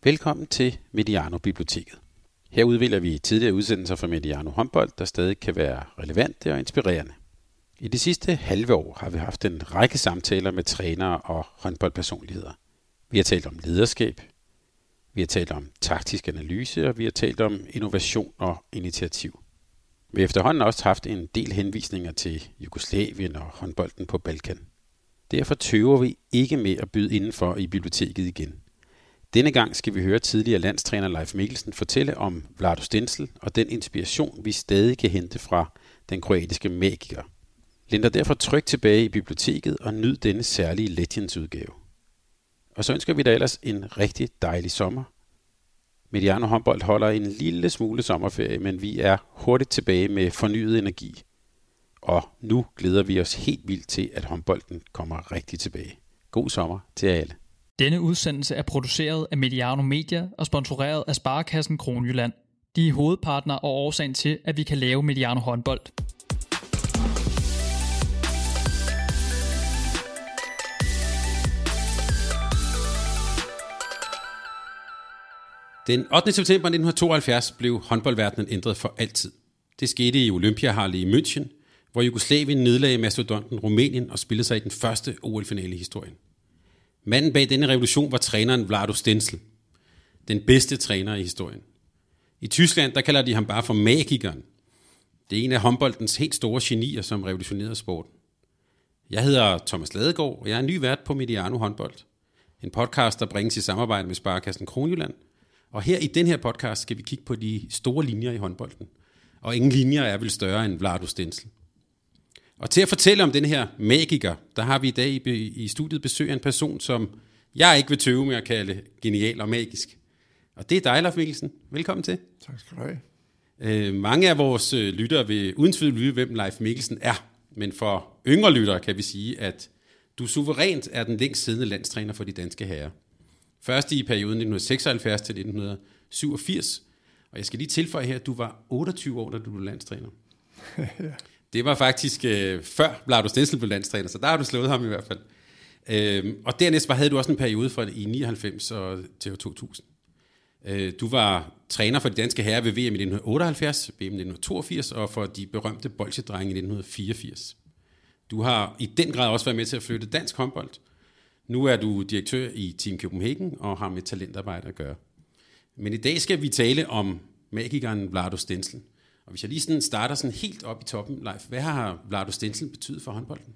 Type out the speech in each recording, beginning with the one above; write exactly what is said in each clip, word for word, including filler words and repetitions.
Velkommen til Mediano Biblioteket. Her udvælger vi tidligere udsendelser fra Mediano håndbold, der stadig kan være relevante og inspirerende. I de sidste halve år har vi haft en række samtaler med trænere og håndboldpersonligheder. Vi har talt om lederskab, vi har talt om taktisk analyse, og vi har talt om innovation og initiativ. Vi har efterhånden også haft en del henvisninger til Jugoslavien og håndbolden på Balkan. Derfor tøver vi ikke med at byde indenfor i biblioteket igen. Denne gang skal vi høre tidligere landstræner Leif Mikkelsen fortælle om Vlado Stensel og den inspiration, vi stadig kan hente fra den kroatiske magiker. Læn dig derfor trygt tilbage i biblioteket og nyd denne særlige Legends-udgave. Og så ønsker vi dig ellers en rigtig dejlig sommer. Mediano håndbold holder en lille smule sommerferie, men vi er hurtigt tilbage med fornyet energi. Og nu glæder vi os helt vildt til, at håndbolden kommer rigtig tilbage. God sommer til alle. Denne udsendelse er produceret af Mediano Media og sponsoreret af Sparekassen Kronjylland. De er hovedpartner og årsagen til, at vi kan lave Mediano håndbold. Den ottende september nitten tooghalvfjerds blev håndboldverdenen ændret for altid. Det skete i Olympiahalle i München, hvor Jugoslavien nedlagde mastodonten Rumænien og spillede sig i den første O L-finale i historien. Manden bag denne revolution var træneren Vlado Stensel, den bedste træner i historien. I Tyskland der kalder de ham bare for magikeren. Det er en af håndboldens helt store genier, som revolutionerede sporten. Jeg hedder Thomas Ladegaard, og jeg er ny vært på Mediano håndbold. En podcast, der bringes i samarbejde med Sparekassen Kronjylland. Og her i den her podcast skal vi kigge på de store linjer i håndbolden. Og ingen linjer er vel større end Vlado Stensel. Og til at fortælle om den her magiker, der har vi i dag i, i studiet besøg af en person, som jeg ikke vil tøve med at kalde genial og magisk. Og det er dig, Leif Mikkelsen. Velkommen til. Tak skal du have. Øh, mange af vores lyttere vil uden tvivl vide, hvem Leif Mikkelsen er. Men for yngre lyttere kan vi sige, at du suverænt er den længst siddende landstræner for de danske herrer. Først i perioden nitten seksoghalvfjerds til nitten syvogfirs. Og jeg skal lige tilføje her, at du var otteogtyve år, da du blev landstræner. Ja. Det var faktisk øh, før Vlado Stensel blev landstræner, så der har du slået ham i hvert fald. Øhm, og dernæst var, havde du også en periode fra i nioghalvfems og til to tusind. Øh, du var træner for de danske herrer ved V M i nitten otteoghalvfjerds, V M i nitten toogfirs og for de berømte bolsjedrenge i nitten fireogfirs. Du har i den grad også været med til at flytte dansk håndbold. Nu er du direktør i Team Copenhagen og har med talentarbejde at gøre. Men i dag skal vi tale om magikeren Vlado Stensel. Og hvis jeg lige sådan starter sådan helt op i toppen, Leif, hvad har Vlado Stensel betydet for håndbolden?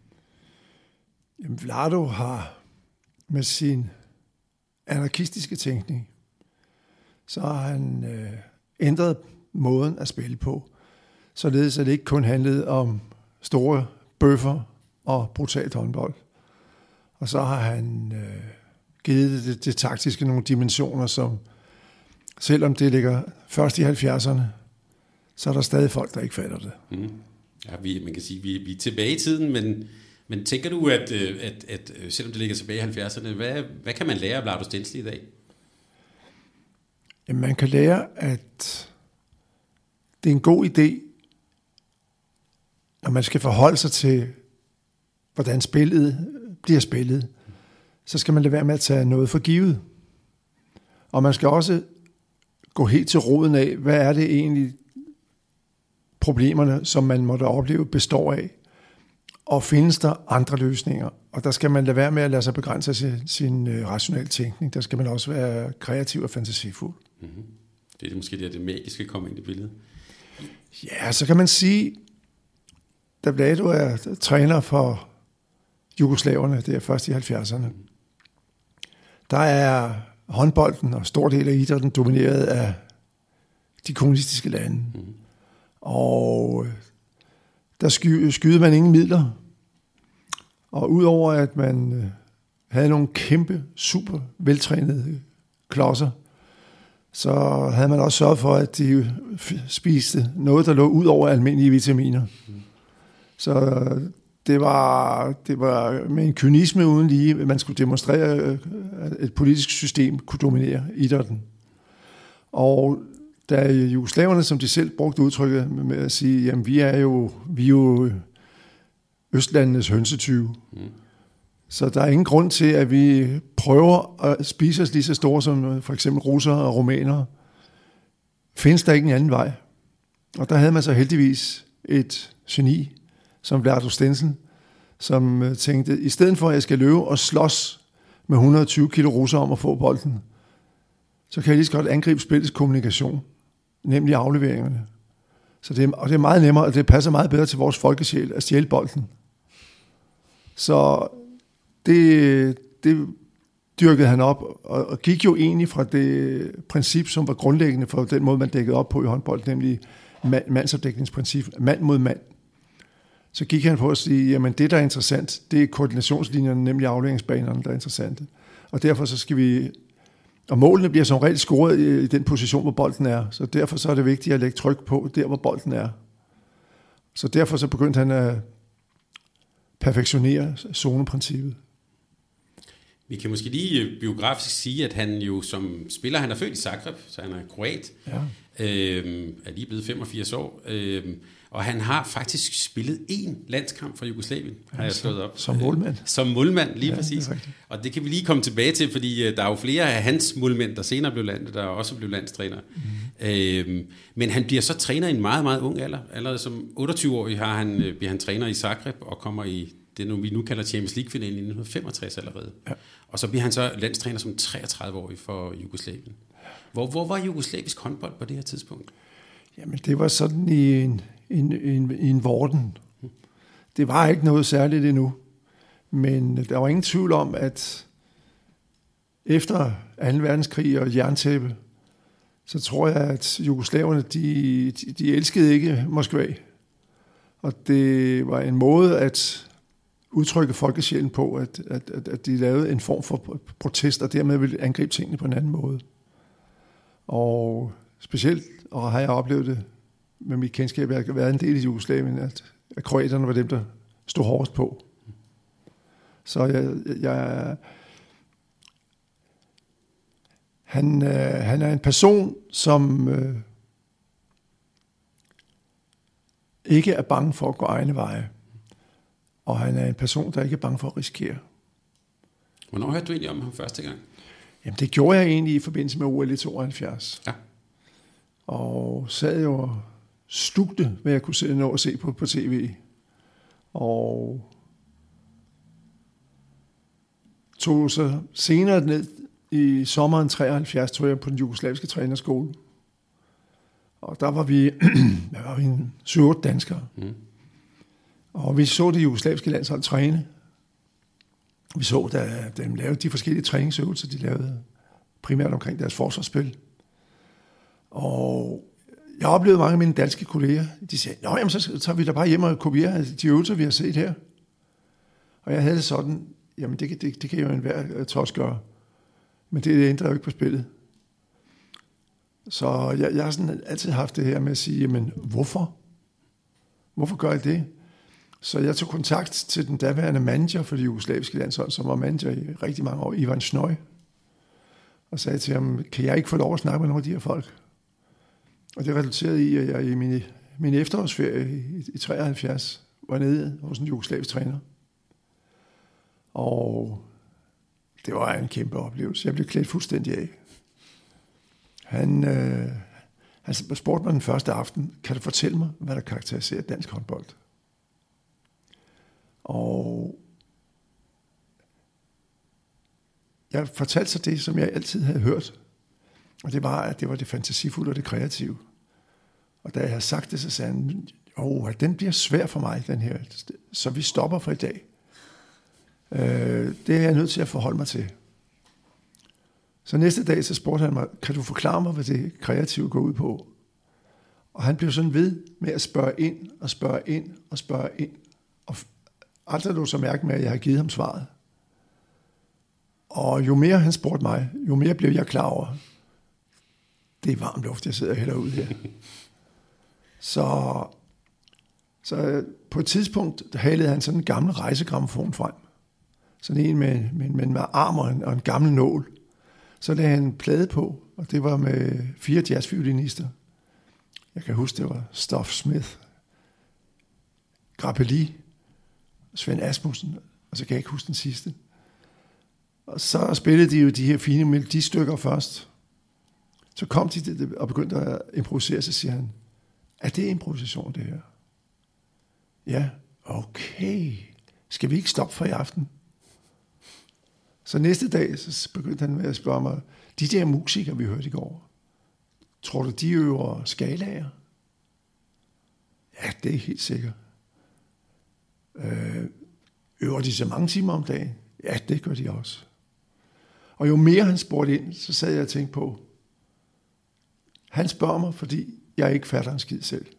Jamen, Vlado har med sin anarkistiske tænkning, så har han øh, ændret måden at spille på, således at det ikke kun handlede om store bøffer og brutalt håndbold. Og så har han øh, givet det, det taktiske nogle dimensioner, som selvom det ligger først i halvfjerdserne, så er der stadig folk, der ikke fatter det. Mm. Ja, vi, man kan sige, vi, vi er tilbage i tiden, men, men tænker du, at, at, at selvom det ligger tilbage i halvfjerdserne, hvad, hvad kan man lære af Vlado Stensel i dag? Jamen, man kan lære, at det er en god idé, når man skal forholde sig til, hvordan spillet bliver spillet, så skal man lade være med at tage noget for givet. Og man skal også gå helt til roden af, hvad er det egentlig, problemerne, som man måtte opleve, består af. Og findes der andre løsninger? Og der skal man lade være med at lade sig begrænse sin, sin uh, rationelle tænkning. Der skal man også være kreativ og fantasifuld. Mm-hmm. Det er måske det, det magiske kommer ind i billedet. Ja, så kan man sige, da Vlado er træner for jugoslaverne, det er først i halvfjerdserne, mm. der er håndbolden og stor del af idrætten domineret af de kommunistiske lande. Mm. Og der sky, skyede man ingen midler. Og udover at man havde nogle kæmpe, super veltrænede klodser, så havde man også sørget for, at de spiste noget, der lå ud over almindelige vitaminer. Mm. Så det var, det var med en kynisme uden lige, at man skulle demonstrere, at et politisk system kunne dominere idrætten. Og da jugoslaverne, som de selv brugte udtrykket med at sige, jamen vi er jo, vi er jo Østlandenes hønsetyve, mm. Så der er ingen grund til, at vi prøver at spise os lige så store som for eksempel russere og rumænere. Findes der ikke en anden vej? Og der havde man så heldigvis et geni, som Vlado Stenzel, som tænkte, i stedet for at jeg skal løbe og slås med et hundrede og tyve kilo russere om at få bolden, så kan jeg lige så godt angribe spillets kommunikation, nemlig afleveringerne. Så det er, og det er meget nemmere, og det passer meget bedre til vores folkesjæl at stjæle bolden. Så det, det dyrkede han op, og, og gik jo egentlig fra det princip, som var grundlæggende for den måde, man dækkede op på i håndbold, nemlig mand, mandsopdækningsprincip, mand mod mand. Så gik han på at sige, jamen det, der er interessant, det er koordinationslinjerne, nemlig afleveringsbanerne, der er interessante. Og derfor så skal vi, og målene bliver som regel scoret i, i den position, hvor bolden er. Så derfor så er det vigtigt at lægge tryk på, der hvor bolden er. Så derfor så begyndte han at perfektionere zoneprincippet. Vi kan måske lige biografisk sige, at han jo som spiller, han er født i Zagreb, så han er kroat, ja. øhm, er lige blevet femogfirs år, øhm, og han har faktisk spillet én landskamp for Jugoslavien, ja, har jeg slået op. Som målmand. Øh, som målmand, lige ja, præcis. Det og det kan vi lige komme tilbage til, fordi øh, der er jo flere af hans målmænd, der senere blev landet, der også blev landstræner. Mm. Øhm, men han bliver så træner i en meget, meget ung alder. Allerede som otteogtyve-årig har han, øh, bliver han træner i Zagreb og kommer i det, vi nu kalder Champions League-finalen i nitten femogtres allerede. Ja. Og så bliver han så landstræner som treogtredive-årig for Jugoslavien. Hvor, hvor var jugoslavisk håndbold på det her tidspunkt? Jamen, det var sådan i en, en, en, en vorden. Det var ikke noget særligt endnu. Men der var ingen tvivl om, at efter anden verdenskrig og jerntæppe, så tror jeg, at jugoslaverne, de, de, de elskede ikke Moskva. Og det var en måde at udtrykke folkesjælen på, at, at, at, at de lavede en form for protest, og dermed ville angribe tingene på en anden måde. Og specielt, og har jeg oplevet det med mit kendskab, jeg har været en del i Jugoslavien, at, at kroaterne var dem, der stod hårdest på. Så jeg, jeg han, øh, han er en person, som øh, ikke er bange for at gå egne veje. Og han er en person, der ikke er bange for at risikere. Hvornår hørte du egentlig om ham første gang? Jamen, det gjorde jeg egentlig i forbindelse med O L i tooghalvfjerds. Ja. Og sad jo og slugte, hvad jeg kunne se, nå at se på, på tv. Og tog så senere ned i sommeren treoghalvfjerds, tog jeg på den jugoslaviske trænerskole. Og der var vi, der var vi en syv otte danskere. Mm. Og vi så det jugoslaviske landshold træne. Vi så, da dem lavede de forskellige træningsøvelser, de lavede primært omkring deres forsvarsspil. Og jeg oplevede mange af mine danske kolleger, de sagde, nå jamen, så tager vi da bare hjem og kopierer de øvelser, vi har set her. Og jeg havde det sådan, jamen det, det, det kan jo enhver trods gøre. Men det ændrer jo ikke på spillet. Så jeg, jeg har sådan altid haft det her med at sige, jamen hvorfor? Hvorfor gør jeg det? Så jeg tog kontakt til den daværende manager for det jugoslaviske landshold, som var manager i rigtig mange år, Ivan Snoj, og sagde til ham, kan jeg ikke få lov at snakke med nogle af de her folk? Og det resulterede i, at jeg i min, min efterårsferie i, i treoghalvfjerds var nede hos en jugoslavisk træner. Og det var en kæmpe oplevelse. Jeg blev klædt fuldstændig af. Han, øh, han spurgte mig den første aften, kan du fortælle mig, hvad der karakteriserer dansk håndbold? Og jeg fortalte så det, som jeg altid havde hørt. Og det var, at det var det fantasifulde og det kreative. Og da jeg havde sagt det, så sagde han, åh, den bliver svær for mig, den her. Så vi stopper for i dag. Øh, det er jeg nødt til at forholde mig til. Så næste dag, så spurgte han mig, kan du forklare mig, hvad det kreative går ud på? Og han blev sådan ved med at spørge ind, og spørge ind, og spørge ind. Og aldrig lå så mærke med, at jeg havde givet ham svaret. Og jo mere han spurgte mig, jo mere blev jeg klar over, det er varm luft, jeg sidder heller ude her. Så, så på et tidspunkt halede han sådan en gammel rejsegrammofon frem. Sådan en med, med, med, med arm og en, og en gammel nål. Så lagde han en plade på, og det var med fire jazzviolinister. Jeg kan huske, det var Stoff Smith, Grappelli, Svend Asmussen og så kan jeg ikke huske den sidste. Og så spillede de jo de her fine melodistykker først. Så kom de og begyndte at improvisere, så siger han, er det improvisation, det her? Ja, okay. Skal vi ikke stoppe for i aften? Så næste dag, så begyndte han med at spørge mig, de der musikere, vi hørte i går, tror du, de øver skalaer? Ja, det er helt sikkert. Øh, øver de så mange timer om dagen? Ja, det gør de også. Og jo mere han spurgte ind, så sad jeg og tænkte på, han spørger mig, fordi jeg ikke fatter en skid selv.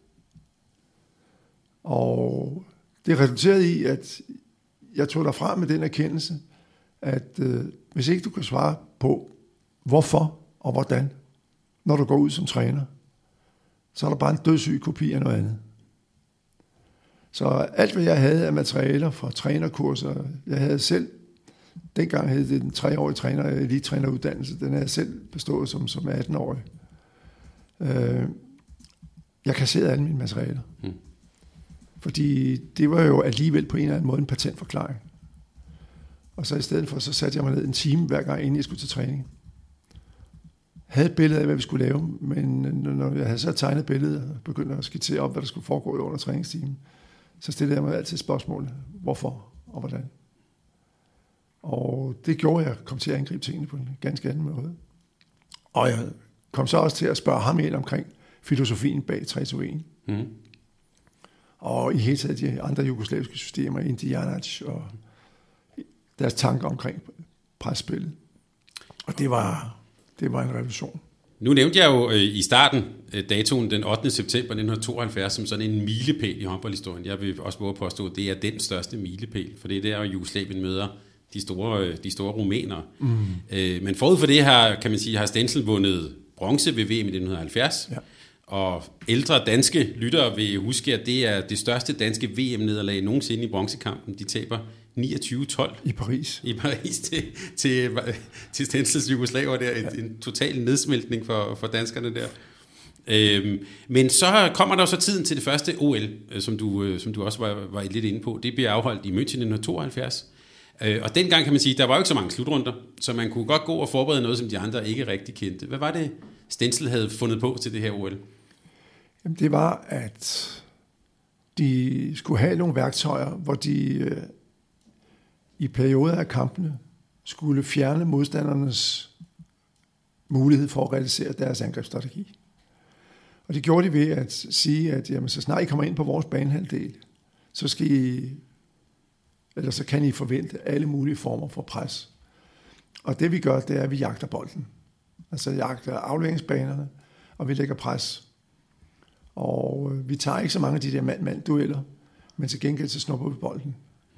Og det resulterede i, at jeg tog derfra med den erkendelse, at øh, hvis ikke du kan svare på, hvorfor og hvordan, når du går ud som træner, så er der bare en dødssyg kopi af noget andet. Så alt, hvad jeg havde af materialer fra trænerkurser, jeg havde selv, dengang hed det den treårige træner, elite-træneruddannelse, den havde jeg selv bestået som, som atten-årig. Øh, jeg kasserede alle mine materialer. Hmm. Fordi det var jo alligevel på en eller anden måde en patentforklaring. Og så i stedet for, så satte jeg mig ned en time hver gang, inden jeg skulle til træning. Havde et billede af, hvad vi skulle lave, men når jeg havde så tegnet billedet og begyndte at skitsere op, hvad der skulle foregå under træningstimen, så stillede jeg mig altid spørgsmålet, hvorfor og hvordan. Og det gjorde, at jeg kom til at angribe tingene på en ganske anden måde. Og jeg kom så også til at spørge ham ind omkring filosofien bag tre to en. Mm. Og i hele taget de andre jugoslaviske systemer, Indijanac og deres tanker omkring presspillet. Og det var, det var en revolution. Nu nævnte jeg jo øh, i starten øh, datoen den ottende september nitten tooghalvfjerds som sådan en milepæl i håndboldhistorien. Jeg vil også våge påstå, at det er den største milepæl, for det er der, at Jugoslavien møder de store, øh, de store rumænere. Mm. Øh, men forud for det har, kan man sige, har Stenzel vundet bronze ved V M i nitten halvfjerds. Ja. Og ældre danske lyttere vil huske, at det er det største danske V M-nederlag nogensinde i bronzekampen. De taber niogtyve tolv i Paris. I Paris til, til, til Stenzels jugoslaver der. Ja. En, en total nedsmeltning for, for danskerne der. Øhm, men så kommer der så tiden til det første O L, som du, som du også var, var lidt inde på. Det bliver afholdt i München i nitten tooghalvfjerds. Øh, og dengang kan man sige, der var jo ikke så mange slutrunder, så man kunne godt gå og forberede noget, som de andre ikke rigtig kendte. Hvad var det, Stenzel havde fundet på til det her O L? Jamen, det var, at de skulle have nogle værktøjer, hvor de øh, i perioder af kampene skulle fjerne modstandernes mulighed for at realisere deres angrebsstrategi. Og det gjorde de ved at sige, at jamen, så snart I kommer ind på vores banehalvdel, så skal I, eller så kan I forvente alle mulige former for pres. Og det vi gør, det er, at vi jagter bolden. Altså jagter afleveringsbanerne, og vi lægger pres. Og vi tager ikke så mange af de der mand-mand-dueller, men til gengæld så snupper vi bolden.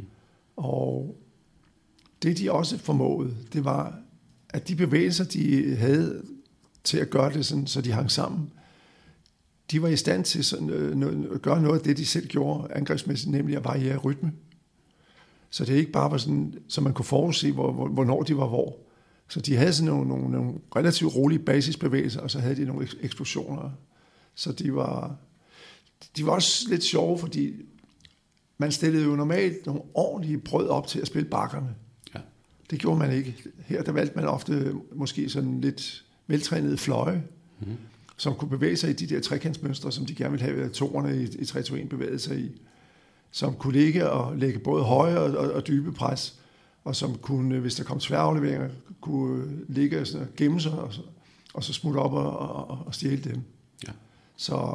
Og det de også formåede, det var, at de bevægelser, de havde til at gøre det sådan, så de hang sammen, de var i stand til sådan, øh, at gøre noget af det, de selv gjorde angrebsmæssigt, nemlig at variere rytme. Så det ikke bare var sådan, så man kunne forudse, hvor, hvor, hvornår de var hvor. Så de havde sådan nogle, nogle, nogle relativt rolige basisbevægelser, og så havde de nogle eksplosioner. Så de var, de var også lidt sjove, fordi man stillede jo normalt nogle ordentlige brød op til at spille bakkerne. Ja. Det gjorde man ikke. Her der valgte man ofte måske sådan lidt veltrænede fløje, mm-hmm. som kunne bevæge sig i de der trekantsmønstre, som de gerne ville have, at toerne i, i tre to en bevægede sig i. Som kunne ligge og lægge både høje og, og, og dybe pres, og som kunne, hvis der kom tværafleveringer, kunne ligge og sådan, gemme sig, og så, og så smutte op og, og, og stjæle dem. Ja. Så,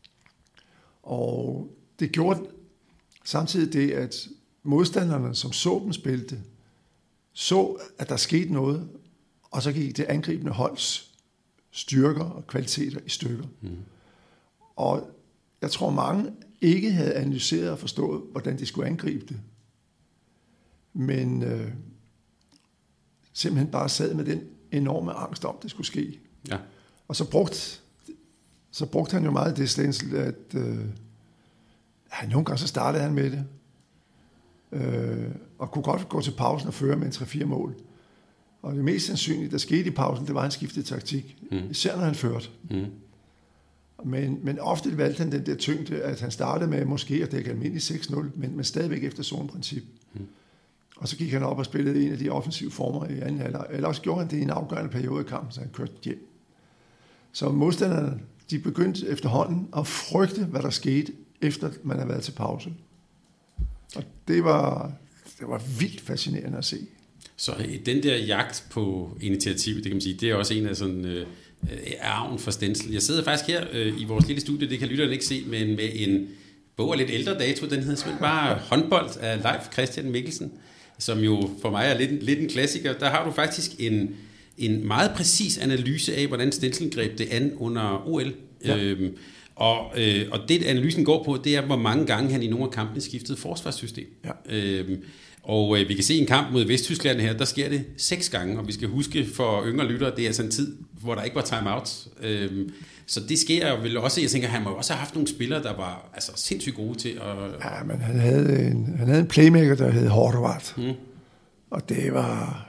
og det gjorde samtidig det, at modstanderne, som så dem spilte, så, at der skete noget, og så gik det angribende holds styrker og kvaliteter i stykker. Mm. Og jeg tror, mange ikke havde analyseret og forstået, hvordan de skulle angribe det. Men øh, simpelthen bare sad med den enorme angst om, det skulle ske. Ja. Og så brugte, så brugte han jo meget det Stenzel, at øh, ja, nogle gange så startede han med det. Øh, og kunne godt gå til pausen og føre med en tre fire mål. Og det mest sandsynlige, der skete i pausen, det var, at han skiftede taktik. Mm. Især når han førte. Mm. Men, men ofte valgte han den der tyngde, at han startede med måske at dække almindelig seks nul, men, men stadigvæk efter zoneprincip. Mm. Og så gik han op og spillede en af de offensive former i anden halvleg. Eller også gjorde han det i en afgørende periode af kampen, så han kørte hjem. Så modstanderne, de begyndte efterhånden at frygte, hvad der skete, efter man havde været til pause. Og det var, det var vildt fascinerende at se. Så den der jagt på initiativ, det kan man sige, det er også en af sådan øh, arven for Stenzel. Jeg sidder faktisk her øh, i vores lille studie, det kan lytterne ikke se, men med en bog af lidt ældre dato, den hedder simpelthen bare Håndbold af Leif Christian Mikkelsen, som jo for mig er lidt, lidt en klassiker. Der har du faktisk en, en meget præcis analyse af, hvordan Stenzel greb det an under O L. Ja. Øhm, og, øh, og det analysen går på, det er, hvor mange gange han i nogle af kampene skiftede forsvarssystem. Ja. Øhm, og øh, vi kan se en kamp mod Vesttyskland her, der sker det seks gange, og vi skal huske for yngre lyttere, det er altså en tid, hvor der ikke var timeout. Øhm, så det sker vel også, jeg tænker, han må også have haft nogle spillere, der var altså, sindssygt gode til at... Ja, men han havde en, han havde en playmaker, der hed Horvath. Hmm. Og det var...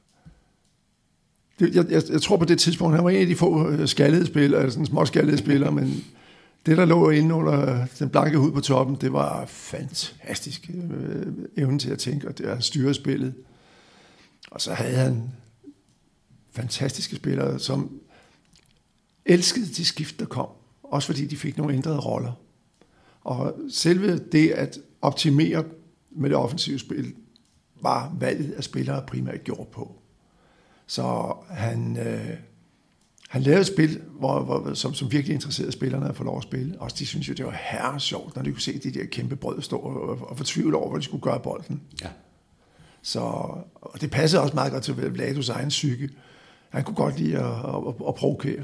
Det, jeg, jeg, jeg tror på det tidspunkt, han var en af de få skaldede spillere, altså sådan små skaldede spillere, men det, der lå inde under den blanke hud på toppen, det var fantastisk øh, evne til at tænke, og det var styre spillet. Og så havde han fantastiske spillere, som elskede de skift, der kom. Også fordi de fik nogle ændrede roller. Og selve det at optimere med det offensive spil, var valget af spillere primært gjort på. Så han, øh, han lavede et spil, hvor, hvor, som, som virkelig interesserede spillerne at få lov at spille. Også de synes jo, det var herre sjovt, når de kunne se de der kæmpe brød stå og, og fortvivle over, hvor de skulle gøre bolden. Ja. Så, og det passede også meget godt til Vladus egen psyke. Han kunne godt lide at, at, at provokere.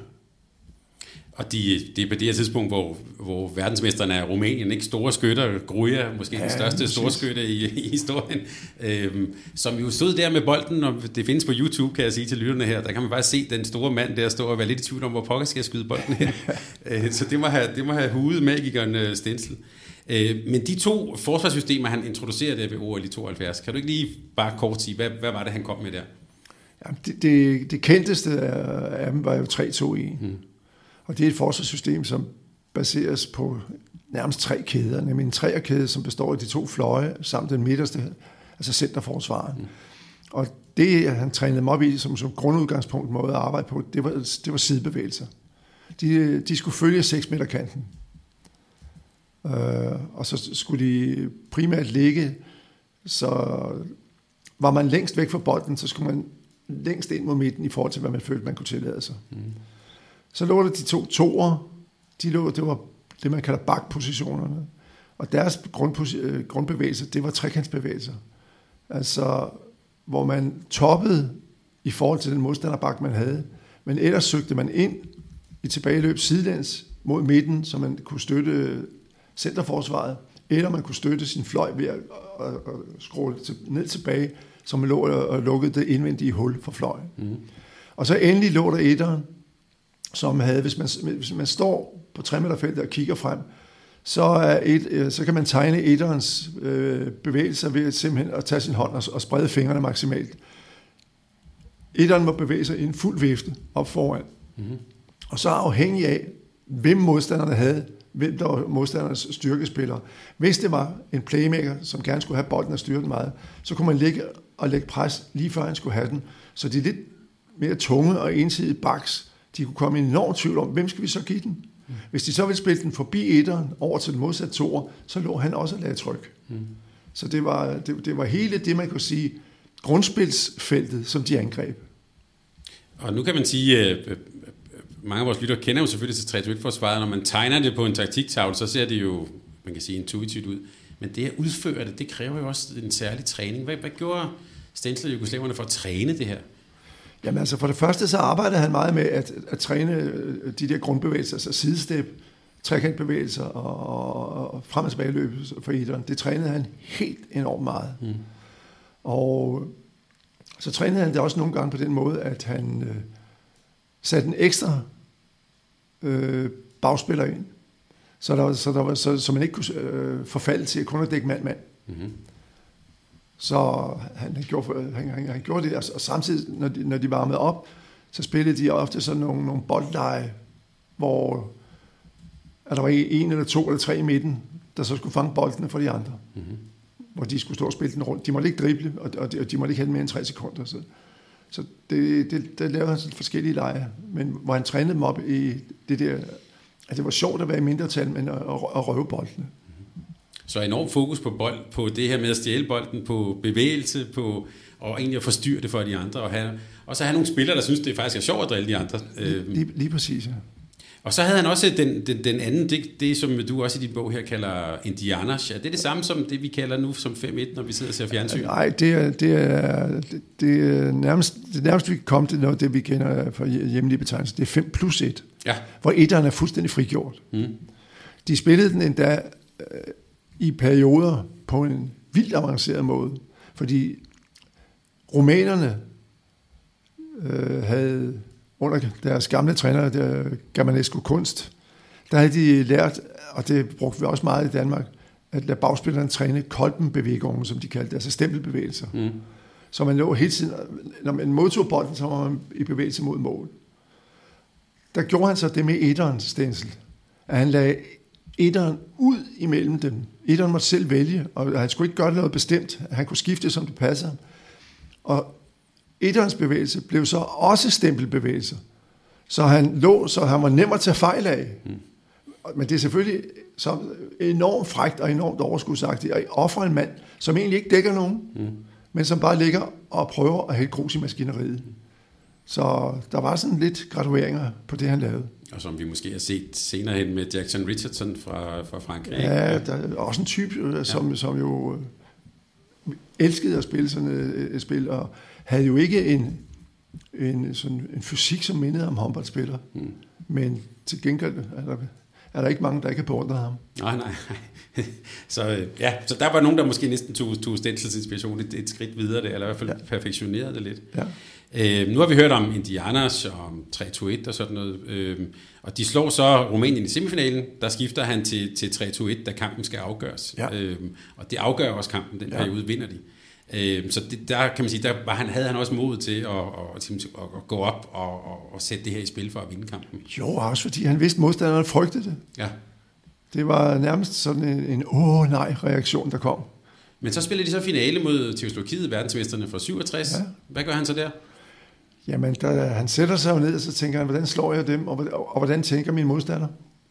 Og de, det er på det her tidspunkt, hvor, hvor verdensmesterne er Rumænien, ikke store skytter, Gruja, måske ja, den største store skytte i, i historien, øhm, som jo stod der med bolden, og det findes på YouTube, kan jeg sige til lytterne her, der kan man bare se den store mand der stå og være lidt i tvivl om, hvor pokker skal jeg skyde bolden hen. øh, så det må have, det må have hudet magikeren øh, Stenzel. Øh, men de to forsvarssystemer, han introducerede der ved O L i tooghalvfjerds, kan du ikke lige bare kort sige, hvad, hvad var det, han kom med der? Ja, det, det, det kendteste af dem var jo tre to en. Hmm. Og det er et forsvarssystem, som baseres på nærmest tre kæder, nemlig en træerkæde, som består af de to fløje, samt den midterste, altså centerforsvaren. Mm. Og det, han trænede dem op i, som, som grundudgangspunkt måde at arbejde på, det var, det var sidebevægelser. De, de skulle følge seks meter kanten. Uh, og så skulle de primært ligge, så var man længst væk fra bolden, så skulle man længst ind mod midten i forhold til, hvad man følte, man kunne tillade sig. Mm. Så lå der de to toer, de lå, det var det, man kalder bakpositionerne. Og deres grundbevægelser, det var trekantsbevægelser. Altså, hvor man toppede i forhold til den modstanderbak, man havde. Men ellers søgte man ind i tilbageløb sidelæns mod midten, så man kunne støtte centerforsvaret, eller man kunne støtte sin fløj ved at, at, at skrue ned tilbage, så man lå og lukkede det indvendige hul for fløjen. Mm. Og så endelig lå der etteren, som havde, hvis man, hvis man står på tre meter feltet og kigger frem, så, er et, så kan man tegne etterens øh, bevægelser ved simpelthen at tage sin hånd og, og sprede fingrene maksimalt. Etteren må bevæge sig i en fuld vifte op foran. Mm-hmm. Og så afhængig af, hvem modstanderne havde, hvem der var modstandernes styrkespillere. Hvis det var en playmaker, som gerne skulle have bolden og styre den meget, så kunne man ligge og lægge pres lige før han skulle have den. Så de lidt mere tunge og ensidige backs, de kunne komme i en enorm tvivl om, hvem skal vi så give den? Mm. Hvis de så ville spille den forbi etteren over til den modsatte toer, så lå han også og lagde tryk. Mm. Så det var, det, det var hele det, man kunne sige, grundspilsfeltet, som de angreb. Og nu kan man sige, at mange af vores lyttere kender jo selvfølgelig til tre to et-forsvaret. Når man tegner det på en taktiktavle, så ser det jo, man kan sige, intuitivt ud. Men det at udføre det, det kræver jo også en særlig træning. Hvad, hvad gjorde Stenzel og jugoslaverne for at træne det her? Jamen altså for det første så arbejdede han meget med at, at træne de der grundbevægelser, altså sidestep, trekantbevægelser og, og frem og tilbage løb for etteren. Det trænede han helt enormt meget. Mm. Og så trænede han det også nogle gange på den måde, at han øh, satte en ekstra øh, bagspiller ind, så, der, så, der var, så, så man ikke kunne øh, forfalde til at kun at dække mand-mand. Mm-hmm. Så han, han, gjorde, han, han, han gjorde det, og samtidig, når de, når de varmede op, så spillede de ofte sådan nogle, nogle boldleje, hvor at der var en eller to eller tre i midten, der så skulle fange boldene for de andre. Mm-hmm. hvor de skulle stå og spille den rundt. De måtte ikke drible, og de, og de måtte ikke have den mere end tre sekunder. Så, så det, det, der lavede han sådan forskellige lejre, men hvor han trænede dem op i det der, at det var sjovt at være i mindretal, men at, at røve boldene. Så enormt fokus på bold, på det her med at stjæle bolden, på bevægelse, på og egentlig at forstyrre det for de andre, og, have, og så have nogle spillere, der synes, det faktisk er sjovt at drille de andre. Lige, lige, lige præcis, ja. Og så havde han også den, den, den anden, det, det som du også i din bog her kalder Indianers. Er det det samme som det, vi kalder nu som fem et, når vi sidder og ser fjernsyn? Nej, det er, det er, det er nærmest, det nærmest vi kan komme til noget, det vi kender fra hjemlige betegnelser. Det er fem plus et, ja. Hvor etteren er fuldstændig frigjort. Mm. De spillede den endda øh, i perioder på en vildt avanceret måde, fordi rumænerne øh, havde under deres gamle træner, der Germanescu Kunst, der havde de lært, og det brugte vi også meget i Danmark, at lade bagspillerne træne kolbenbevægungen, som de kaldte det, altså stempelbevægelser. Mm. Så man lå hele tiden, når man modtog bolden, så var man i bevægelse mod mål. Der gjorde han så det med etterens stensel, at han lagde etteren ud imellem dem. Etteren måtte selv vælge, og han skulle ikke gøre noget bestemt. Han kunne skifte, som det passer. Og etterens bevægelse blev så også stempelbevægelser. Så han lå, så han var nem at tage fejl af. Mm. Men det er selvfølgelig så enormt frækt og enormt overskudsagtigt at ofre en mand, som egentlig ikke dækker nogen, mm. men som bare ligger og prøver at hælde grus i maskineriet. Mm. Så der var sådan lidt gradueringer på det, han lavede. Og som vi måske har set senere hen med Jackson Richardson fra, fra Frankrig. Ja, der er også en type, som, ja. som jo elskede at spille sådan et spil, og havde jo ikke en, en, sådan en fysik, som mindede om håndboldspiller. Mm. Men til gengæld er der, er der ikke mange, der ikke har beundret ham. Nej, nej. så, ja, så der var nogen, der måske næsten tog, tog Stensels inspiration et, et skridt videre, eller i hvert fald ja. perfektionerede det lidt. Ja. Øh, nu har vi hørt om Indianers og om tre to et og sådan noget, øh, og de slår så Rumænien i semifinalen. Der skifter han til, til tre to et, da kampen skal afgøres. Ja. Øh, og det afgør også kampen, den periode ja. vinder de. Øh, så det, der kan man sige, der var han, havde han også mod til at, at, at, at gå op og, og, og sætte det her i spil for at vinde kampen. Jo, også fordi han vidste, modstanderne frygtede det. Ja. Det var nærmest sådan en, en åh nej reaktion, der kom. Men så spiller de så finale mod Tjekkoslovakiet, verdensmesterne fra syvogtres. Ja. Hvad gør han så der? Jamen, der, han sætter sig jo ned, og så tænker han, hvordan slår jeg dem, og, og, og hvordan tænker min modstander?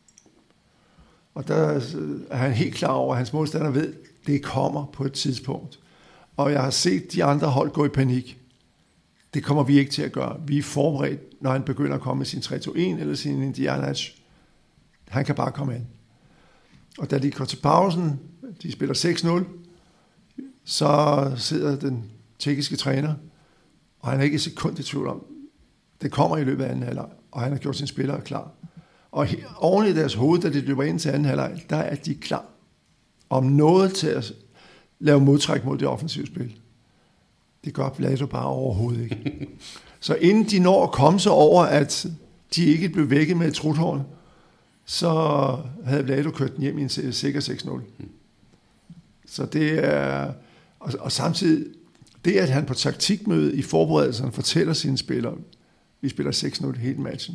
Og der er han helt klar over, at hans modstander ved, det kommer på et tidspunkt. Og jeg har set de andre hold gå i panik. Det kommer vi ikke til at gøre. Vi er forberedt, når han begynder at komme med sin tre to et eller sin Indianers. Han kan bare komme ind. Og da de går til pausen, de spiller seks nul, så sidder den tjekkiske træner, og han er ikke et sekund i tvivl om, det kommer i løbet af anden halvleg, og han har gjort sine spillere klar. Og oven i deres hoved, da de løber ind til anden halvleg, der er de klar om noget til at lave modtræk mod det offensive spil. Det gør Vlado bare overhovedet ikke. Så inden de når at komme så over, at de ikke blev vækket med et truthorn, så havde Vlado kørt den hjem i en sikker seks nul. Så det er... Og, og samtidig, det at han på taktikmøde i forberedelserne fortæller sine spillere, vi spiller seks nul hele matchen.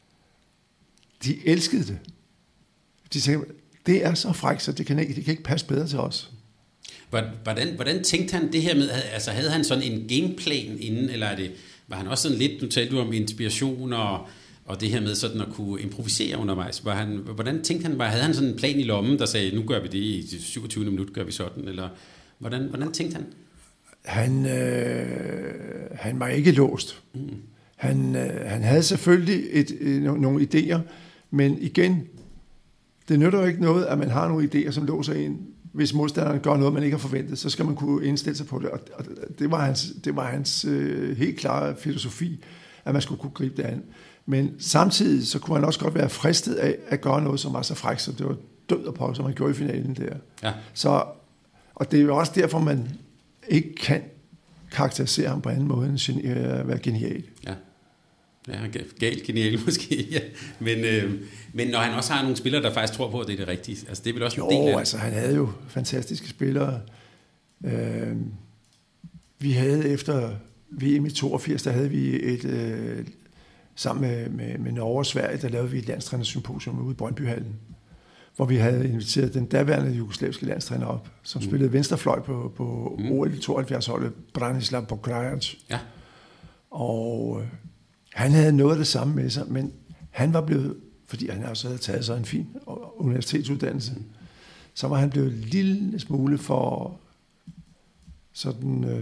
De elskede det. De sagde, det er så frækt, så det kan ikke, det kan ikke passe bedre til os. Hvordan, hvordan tænkte han det her med, altså havde han sådan en gameplan inden, eller er det, var han også sådan lidt, nu talte du om inspiration og, og det her med sådan at kunne improvisere undervejs, var han, hvordan tænkte han, var, havde han sådan en plan i lommen, der sagde, nu gør vi det i syvogtyvende minut, gør vi sådan, eller hvordan, hvordan tænkte han? Han, øh, han var ikke låst. Mm. Han, øh, han havde selvfølgelig et, øh, nogle idéer, men igen, det nytter jo ikke noget, at man har nogle idéer, som låser en. Hvis modstanderen gør noget, man ikke har forventet, så skal man kunne indstille sig på det. Og det var hans, det var hans øh, helt klare filosofi, at man skulle kunne gribe det an. Men samtidig, så kunne han også godt være fristet af at gøre noget, som var så frækt, som det var død og på, som han gjorde i finalen der. Ja. Så, og det er jo også derfor, man ikke kan karakterisere ham på anden måde, end at være genial. Ja. Ja, galt genial måske, ja. Men, øh, men når han også har nogle spillere, der faktisk tror på, at det er det rigtige, altså det er vel også jo, en del af det. Altså han havde jo fantastiske spillere. Øh, vi havde efter V M i toogfirs, der havde vi et, øh, sammen med, med, med Norge og Sverige, der lavede vi et landstrænersymposium ude i Brøndbyhallen, hvor vi havde inviteret den daværende jugoslaviske landstræner op, som mm. spillede venstrefløj på, på mm. O L tooghalvfjerds-holdet, Branislav Pokrajac. Ja. Og øh, han havde noget af det samme med sig, men han var blevet, fordi han også havde taget sig en fin universitetsuddannelse, mm. så var han blevet en lille smule for sådan, øh,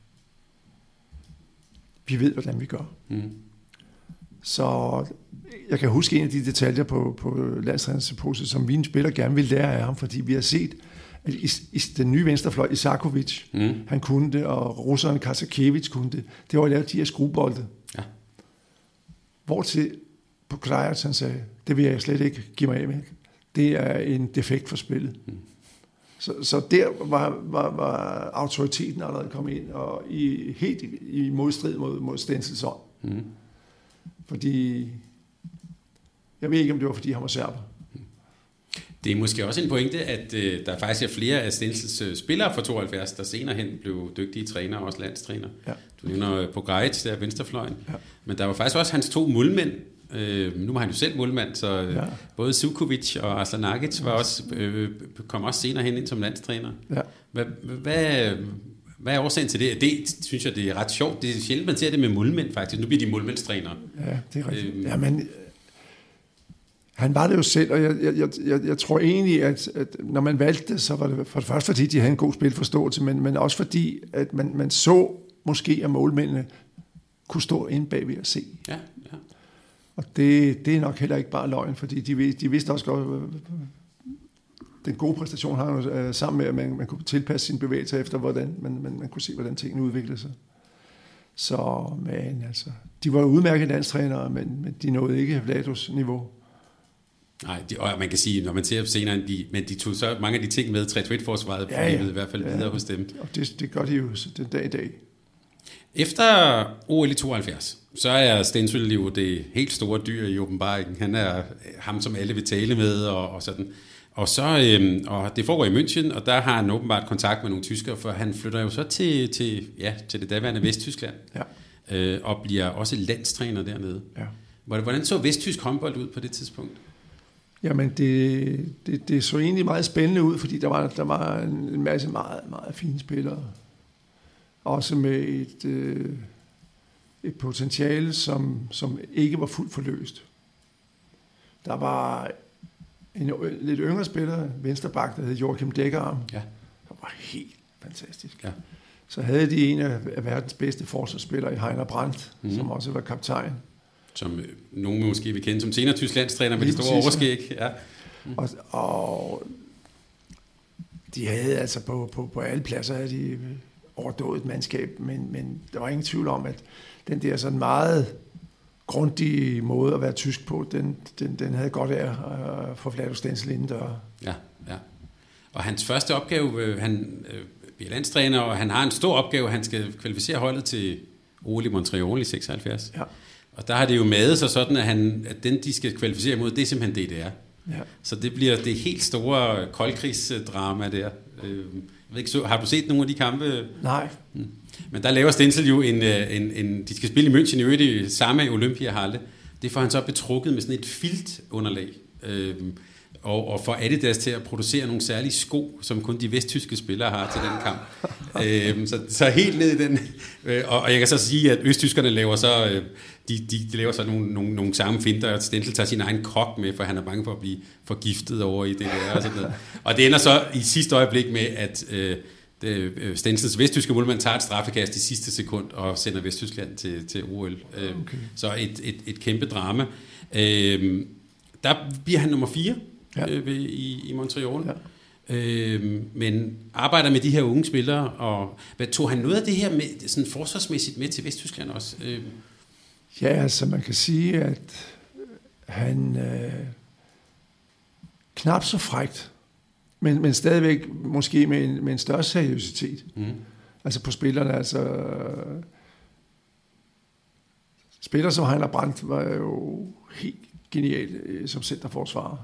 vi ved, hvordan vi gør. Mm. Så jeg kan huske en af de detaljer på, på landstrænersymposiet, som mine spillere gerne vil lære af ham, fordi vi har set, at i, i den nye venstrefløj, Isakovic, mm. han kunne det, og russeren Kasakevich kunne det. Det var at lave de her skruebolde. Ja. Hvortil på Krajac, han sagde, det vil jeg slet ikke give mig af med. Det er en defekt for spillet. Mm. Så, så der var, var, var autoriteten allerede kommet ind, og i, helt i, i modstrid mod, mod Stensels ånd. Mm. Fordi, jeg ved ikke, om det var, fordi han var serber. Det er måske også en pointe, at øh, der faktisk er flere af Stensels øh, spillere fra tooghalvfjerds, der senere hen blev dygtige trænere, også landstræner. Ja. Du nævner Pogajic, der venstrefløjen. Ja. Men der var faktisk også hans to målmænd. Øh, nu var han jo selv målmand, så øh, ja. både Sukovic og Aslan Nagic var også, øh, kom også senere hen ind som landstræner. Ja. Hvad, hvad, hvad er årsagen til det? Det synes jeg, det er ret sjovt. Det er sjældent, man ser det med målmænd faktisk. Nu bliver de målmændstrænere. Ja, det er rigtigt. Øh, ja, men han var det jo selv, og jeg, jeg, jeg, jeg tror egentlig, at, at når man valgte det, så var det for det første, fordi de havde en god spilforståelse, men, men også fordi, at man, man så måske, at målmændene kunne stå inde bagved og se. Ja, ja. Og det, det er nok heller ikke bare løgn, fordi de, de vidste også godt, den gode præstation har jo sammen med, at man, man kunne tilpasse sine bevægelser efter, hvordan man, man, man kunne se, hvordan tingene udviklede sig. Så, men altså, de var udmærkede landstrænere, men, men de nåede ikke Vlados niveau. Nej, de, og man kan sige, når man ser senere, de, men de tog så mange af de ting med, tre-to-et-forsvaret, ja, ja. i hvert fald videre ja, hos dem. Og det, det gør de jo den dag i dag. Efter O L i tooghalvfjerds, så er Stensel jo det helt store dyr i åbenbaringen. Han er ham, som alle vil tale med, og, og sådan. Og, så, øhm, og det foregår i München, og der har han åbenbart kontakt med nogle tyskere, for han flytter jo så til, til, ja, til det daværende Vesttyskland, ja. øh, og bliver også landstræner dernede. Ja. Hvordan så vesttysk håndbold ud på det tidspunkt? Jamen, det, det, det så egentlig meget spændende ud, fordi der var, der var en masse meget, meget fine spillere. Også med et, øh, et potentiale, som, som ikke var fuldt forløst. Der var en lidt yngre spiller, venstreback, der hed Joachim Deckerarm. Ja. Det var helt fantastisk. Ja. Så havde de en af verdens bedste forsvarsspillere i Heiner Brandt, mm. som også var kaptajn. Som øh, nogen måske vil kende som senere tysk landstræner med det store overskæg. Ja. Mm. Og, og de havde altså på, på, på alle pladser havde de overdået et mandskab, men, men der var ingen tvivl om, at den der sådan meget grundige måde at være tysk på, den, den, den havde godt af at få Vlado Stensel indendør. Ja, ja. Og hans første opgave, øh, han øh, bliver landstræner, og han har en stor opgave, han skal kvalificere holdet til O L i Montreal i seksoghalvfjerds. Ja. Og der har det jo med sig sådan, at, han, at den, de skal kvalificere mod, det er simpelthen D D R. Ja. Så det bliver det helt store koldkrigsdrama der. Jeg ved ikke, så, har du set nogle af de kampe? Nej. Hmm. Men der laver Stensel jo en, en, en... De skal spille i München i øvrigt i samme Olympiahalle. Det får han så betrukket med sådan et filtunderlag. Øhm, og, og får Adidas til at producere nogle særlige sko, som kun de vesttyske spillere har til den kamp. øhm, så, så helt ned i den... Øh, og, og jeg kan så sige, at østtyskerne laver så... Øh, de, de, de laver så nogle, nogle, nogle samme finter, og Stensel tager sin egen kok med, for han er bange for at blive forgiftet over i det der. Og, sådan noget. Og det ender så i sidste øjeblik med, at... Øh, Stensels vesttyske målmand tager et straffekast i sidste sekund og sender Vesttyskland til, til O L. Okay. Så et, et, et kæmpe drama. Øh, der bliver han nummer fire ja. øh, i, i Montreal. Ja. Øh, men arbejder med de her unge spillere. Og hvad, tog han noget af det her med, sådan forsvarsmæssigt med til Vesttyskland også? Øh. Ja, altså man kan sige, at han øh, knap så frækt, Men, men stadigvæk måske med en, med en større seriøsitet. Mm. Altså på spillerne, altså... Spillere som Heiner Brandt var jo helt genial som centerforsvarer.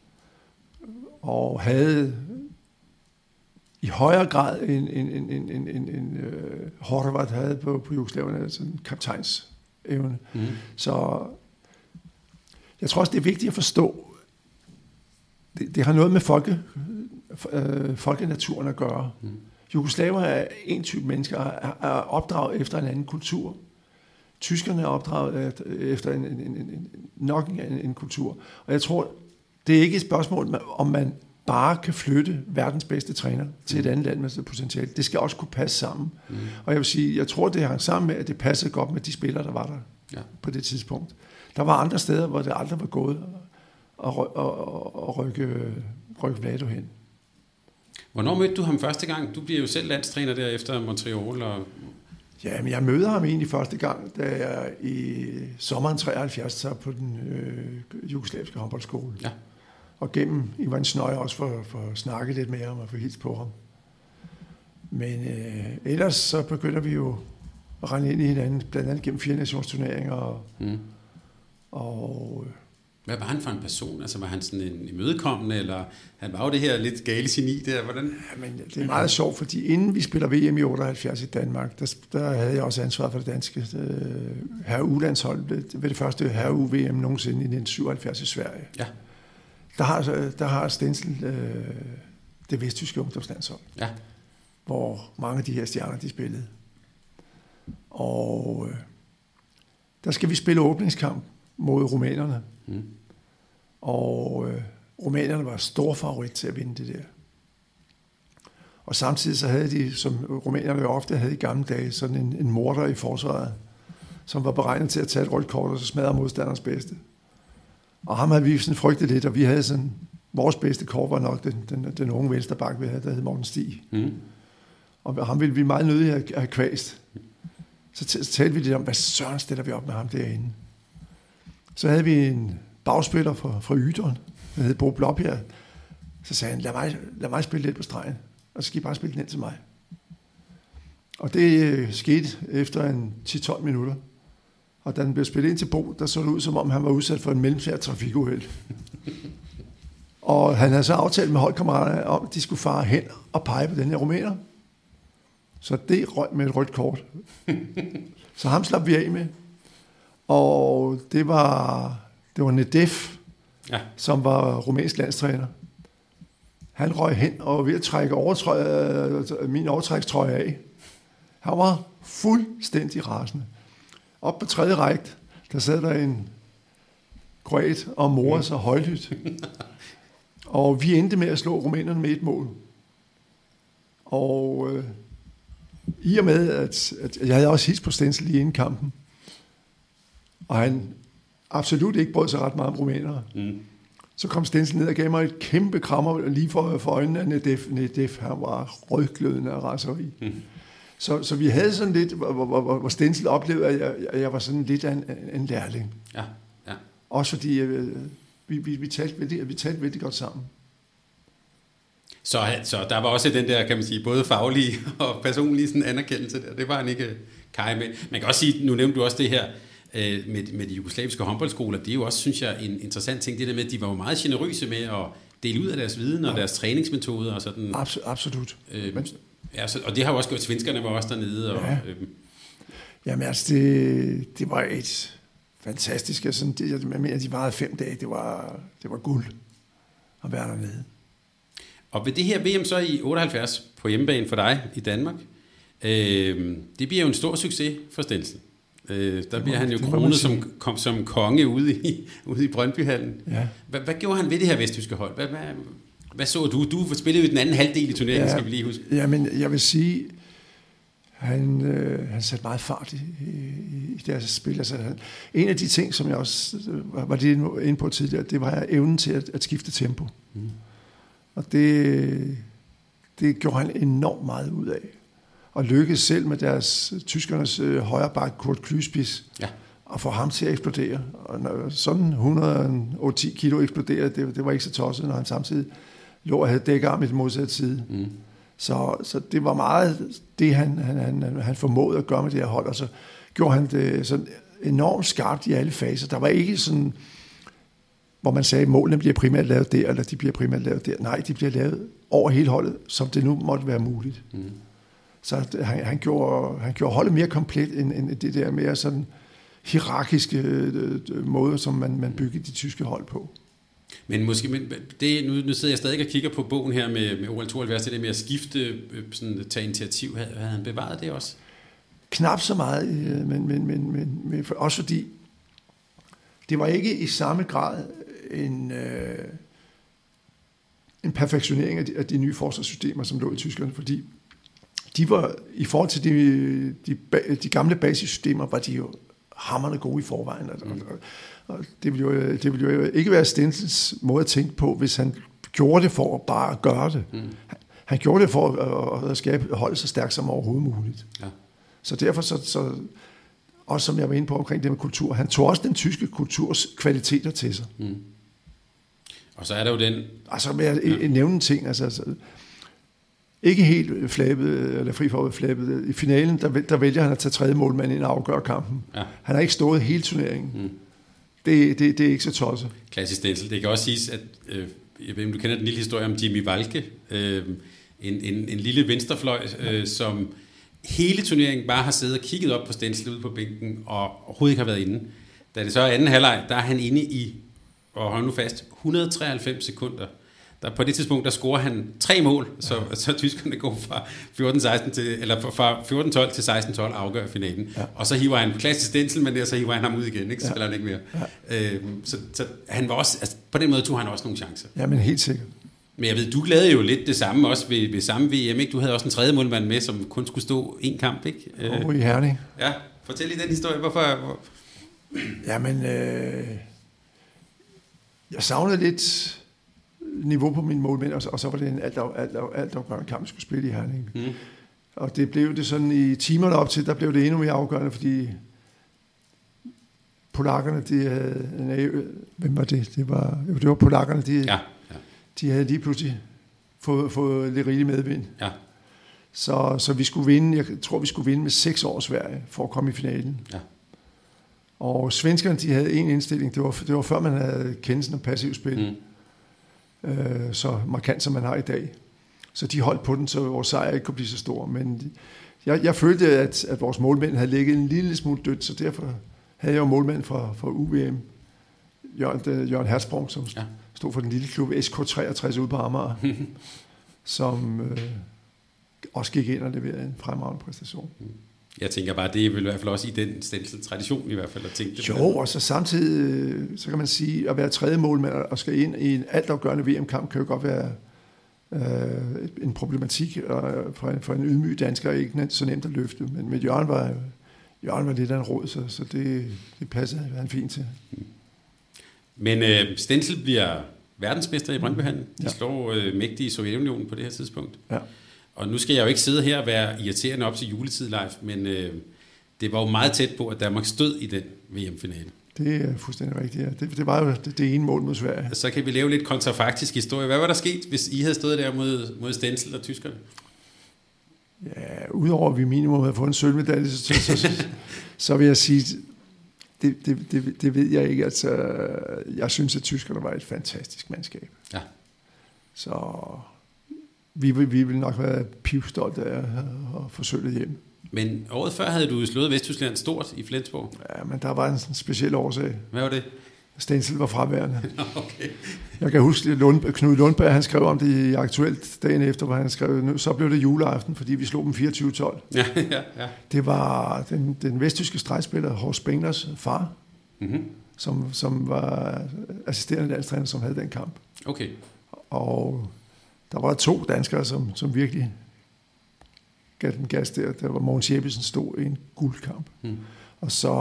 Og havde i højere grad en, en, en, en, en, en, en uh, Horvath havde på, på Jugoslavien, altså en kaptajnsevne. Mm. Så jeg tror også, det er vigtigt at forstå, det, det har noget med folke, øh, folkenaturen at gøre. Mm. Jugoslaver er en type mennesker, er, er opdraget efter en anden kultur. Tyskerne er opdraget efter en, en, en, en, nok en, en kultur. Og jeg tror, det er ikke et spørgsmål, om man bare kan flytte verdens bedste træner til et andet land med det potentiale. Det skal også kunne passe sammen. Mm. Og jeg vil sige, jeg tror, det hang sammen med, at det passede godt med de spillere, der var der ja. på det tidspunkt. Der var andre steder, hvor det aldrig var gået at, at, at, at rykke, rykke Vlado hen. Hvornår mødte du ham første gang? Du bliver jo selv landstræner der efter Montreal. Og... Ja, men jeg mødte ham egentlig første gang, da jeg i sommeren treoghalvfjerds så på den øh, jugoslaviske håndboldskole. Ja. Og gennem Ivan Snøj også for, for at snakke lidt mere om og få hils på ham. Men øh, ellers så begynder vi jo at rende ind i hinanden, blandt andet gennem fire nationsturneringer. Og, mm. og hvad var han for en person? Altså var han sådan en imødekommende, eller han var jo det her lidt gale geni der? Hvordan? Ja, men det er meget sjovt, fordi inden vi spiller V M i otteoghalvfjerds i Danmark, der, der havde jeg også ansvar for det danske øh, herre-U-landshold ved det første herre-U-V M nogensinde i nitten syvoghalvfjerds i Sverige. Ja. Der har, der har Stenzel øh, det vesttyske ungdomslandshold, ja. hvor mange af de her stjerner, de spillede. Og øh, der skal vi spille åbningskamp mod rumænerne. Mm. Og øh, rumænerne var stor favorit til at vinde det der. Og samtidig så havde de, som rumænerne jo ofte havde i gamle dage, sådan en, en morder i forsvaret, som var beregnet til at tage et rødt kort og så smadre modstanderens bedste. Og ham havde vi sådan frygtet lidt, og vi havde sådan, vores bedste kort var nok den, den, den unge vensterbak, vi havde, der hed Morten Stig. Mm. Og ham ville vi meget nødig have, have kvæst. Så, t- så talte vi lidt om, hvad søren stiller vi op med ham derinde. Så havde vi en bagspiller fra, fra Yderen, der hed Bo Blåbjerg. Så sagde han, lad mig, lad mig spille lidt på stregen, og så skal I bare spille den ind til mig. Og det øh, skete efter en ti til tolv minutter. Og da den blev spillet ind til Bo, der så det ud, som om han var udsat for en mellemsvær trafikuheld. Og han havde så aftalt med holdkammeraterne om, at de skulle fare hen og pege på den her rumæner. Så det røg med et rødt kort. Så ham slap vi af med. Og det var, det var Nedef, ja. som var rumænsk landstræner. Han røg hen og var ved at trække overtrøje, min overtrækstrøje af. Han var fuldstændig rasende. Op på tredje række, der sad der en kroat og morede sig højlydt. Og vi endte med at slå rumænerne med et mål. Og øh, i og med, at, at jeg havde også hils på Stenzel lige inden kampen, og han absolut ikke brød sig ret meget om rumænere, mm. så kom Stenzel ned og gav mig et kæmpe krammer lige for, for øjnene af Nedef. Nedef, han var rødglødende af raseri. Mm. Så, så vi havde sådan lidt, hvor, hvor, hvor Stenzel oplevede, at jeg, jeg var sådan lidt af en, en lærling. Ja, ja. Også fordi øh, vi, vi, vi, talte vældig, vi talte vældig godt sammen. Så, så der var også den der, kan man sige, både faglige og personlige sådan anerkendelse der. Det var han ikke kaj med. Man kan også sige, nu nævnte du også det her øh, med, med de jugoslaviske håndboldskoler. Det er jo også, synes jeg, en interessant ting. Det der med, at de var jo meget generøse med at dele ud af deres viden og ja. deres træningsmetoder og sådan. Absolut. absolut. Øh, Men, ja, så, og det har jo også gjort, svenskerne var også dernede. Og, ja. øh, Jamen altså, det, det var et fantastisk. Altså, det, jeg mener, de varede fem dage. Det var, det var guld at være dernede. Og ved det her V M så i otteoghalvfjerds på hjemmebane for dig i Danmark, øh, det bliver jo en stor succes for Stenzel. Øh, der bliver han jo kronet som, kom, som konge ude i, ude i Brøndbyhallen. Ja. Hvad, hvad gjorde han ved det her vesttyske hold? Hvad, hvad, hvad så du? Du spillede jo den anden halvdel i turneringen, ja, skal vi lige huske. Ja, men jeg vil sige, han, øh, han satte meget fart i, i, i deres spil. Altså, han, en af de ting, som jeg også var, var lidt inde på tidligere, det var evnen til at, at skifte tempo. Mm. Og det, det gjorde han enormt meget ud af. Og lykkedes selv med deres tyskernes øh, højre bak, Kurt Klüspis, ja. at få ham til at eksplodere. Og når sådan et hundrede og ti kilo eksploderede, det, det var ikke så tosset, når han samtidig lå og havde dækkerarm i den modsatte side. Mm. Så, så det var meget det, han, han, han, han formåede at gøre med det her hold. Og så gjorde han det sådan enormt skarpt i alle faser. Der var ikke sådan, hvor man sagde, at målene bliver primært lavet der, eller de bliver primært lavet der. Nej, de bliver lavet over hele holdet, som det nu måtte være muligt. Mm. Så han, han, gjorde, han gjorde holdet mere komplet, end, end det der mere sådan hierarkiske øh, måde, som man, man byggede de tyske hold på. Men måske, men det, nu, nu sidder jeg stadig og kigger på bogen her med, med O L tooghalvfjerds, det der med at skifte, sådan, tage initiativ. Havde, havde han bevaret det også? Knap så meget, men, men, men, men, men også fordi det var ikke i samme grad en, øh, en perfektionering af de, af de nye forsvarssystemer, som lå i Tyskland, fordi de var, i forhold til de, de, de gamle basissystemer, var de jo hamrende gode i forvejen. Mm. Og, og det, ville jo, det ville jo ikke være Stenzels måde at tænke på, hvis han gjorde det for at bare gøre det. Mm. Han, han gjorde det for at, at skabe, holde så stærkt som overhovedet muligt. Ja. Så derfor, så, så, også som jeg var inde på omkring det med kultur, han tog også den tyske kulturs kvaliteter til sig. Mm. Og så er der jo den... Altså med at ja. nævne en ting, altså... altså ikke helt flabet, eller fri for flabet. I finalen, der, der vælger han at tage tredje målmand ind og afgøre kampen. Ja. Han har ikke stået hele turneringen. Mm. Det, det, det er ikke så tosset. Klassisk Stenzel. Det kan også siges, at øh, jeg ved, om du kender den lille historie om Jimmy Walke, øh, en, en, en lille venstrefløj, øh, som hele turneringen bare har siddet og kigget op på Stenzel ude på bænken, og overhovedet ikke har været inde. Da det så er anden halvleg, der er han inde i, og hold nu fast, et hundrede og treoghalvfems sekunder. Der, på det tidspunkt, der scorer han tre mål, så, ja. så tyskerne går fra fjorten seksten til, eller fra fjorten tolv til seksten tolv afgør finalen. Ja. Og så hiver han klassisk Stenzel, men der så hiver han ham ud igen, ikke? Så ja. spiller han ikke mere. Ja. Øhm, så, så han var også, altså, på den måde tog han også nogle chancer. Ja, men helt sikkert. Men jeg ved, du lavede jo lidt det samme også ved, ved samme V M, ikke? Du havde også en tredje målmand med, som kun skulle stå én kamp, ikke? Øh, oh, i Herning. Ja, fortæl lige den historie. Hvorfor? Hvor... Jamen, øh, jeg savnede lidt niveau på mine målmænd, og så, og så var det en alt alt alt afgørende kamp, jeg skulle spille i Herning. Mm. Og det blev det sådan i timerne op til, der blev det endnu mere afgørende, fordi polakkerne, de havde, nej, hvem var det? Det var, jo, det var polakkerne, de, ja, ja. de havde lige pludselig fået, fået lidt rigelig medvind. Ja. Så, så vi skulle vinde, jeg tror, vi skulle vinde med seks år Sverige, for at komme i finalen. Ja. Og svenskerne, de havde en indstilling, det var, det var før man havde kendelsen af passivt spil. Mm. Øh, så markant som man har i dag. Så de holdt på den, så vores sejr ikke kunne blive så stor. Men jeg, jeg følte, at, at vores målmænd havde ligget en lille smule dødt, så derfor havde jeg jo målmand fra, fra U V M, Jørgen, Jørgen Hertzsprung, som ja. stod for den lille klub S K treogtres ude på Amager, som øh, også gik ind og leverede en fremragende præstation. Jeg tænker bare, det er vel i hvert fald også i den Stenzel tradition i hvert fald at tænke det. Jo, og så samtidig, så kan man sige, at være tredje målmand og skal ind i en altafgørende V M-kamp, kan jo godt være øh, en problematik og for, en, for en ydmyg dansker ikke så nemt at løfte. Men med Jørgen var, Jørgen var lidt af en råd, så, så det, det passede han fint til. Men øh, Stenzel bliver verdensmester i Brøndbyhallen. De ja. slår øh, mægtige Sovjetunionen på det her tidspunkt. Ja. Og nu skal jeg jo ikke sidde her og være irriterende op til juletid live, men øh, det var jo meget tæt på, at Danmark stod i den V M-finale. Det er fuldstændig rigtigt, ja. Det, det var jo det, det ene mål mod Sverige. Så kan vi lave lidt kontrafaktisk historie. Hvad var der sket, hvis I havde stået der mod, mod Stenzel og tyskerne? Ja, udover at vi minimum havde fået en sølvmedalje, så, så, så, så vil jeg sige, det, det, det, det ved jeg ikke. Altså, jeg synes, at tyskerne var et fantastisk mandskab. Ja. Så... Vi vil, vi vil nok være pivstolte af at forsøge det hjem. Men året før havde du slået Vesttyskland stort i Flensborg. Ja, men der var en speciel årsag. Hvad var det? Stenzel var fraværende. Okay. Jeg kan huske, Lund, Knud Lundberg, han skrev om det i Aktuelt dagen efter, hvor han skrev, så blev det juleaften, fordi vi slog dem fireogtyve tolv. Ja, ja, ja. Det var den, den vesttyske stregspiller, Horst Spenglers far, mm-hmm. som, som var assisterende landstræner, som havde den kamp. Okay. Og der var to danskere, som, som virkelig gav den gas der. Der var Mogens Jeppesen stod i en guldkamp. Mm. Og så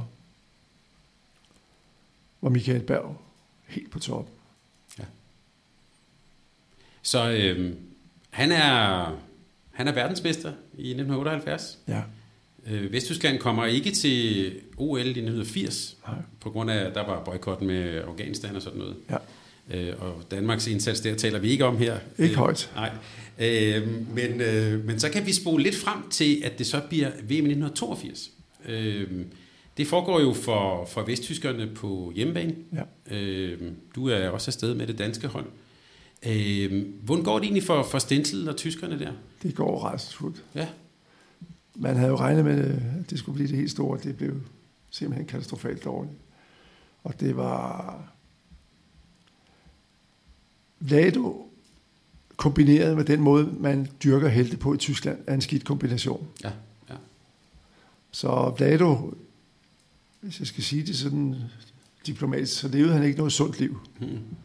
var Michael Berg helt på toppen. Ja. Så øh, han er han er verdensmester i nitten otteoghalvfjerds. Ja. Øh, Vesttyskland kommer ikke til O L i nitten firs, nej. På grund af, der var boykotten med Afghanistan og sådan noget. Ja. Øh, og Danmarks indsats der taler vi ikke om her. Ikke højt. Øh, nej. Øh, men, øh, men så kan vi spole lidt frem til, at det så bliver V M i nitten toogfirs. Øh, det foregår jo for, for vesttyskerne på hjemmebane. Ja. Øh, du er også afsted med det danske hold. Øh, hvordan går det egentlig for, for Stenzel og tyskerne der? Det går retsfuldt. Ja. Man havde jo regnet med, at det skulle blive det helt store. Det blev simpelthen katastrofalt dårligt. Og det var... Vlado kombineret med den måde, man dyrker helte på i Tyskland, er en skidt kombination. Ja, ja. Så Vlado, hvis jeg skal sige det sådan diplomatisk, så levede han ikke noget sundt liv. Mm.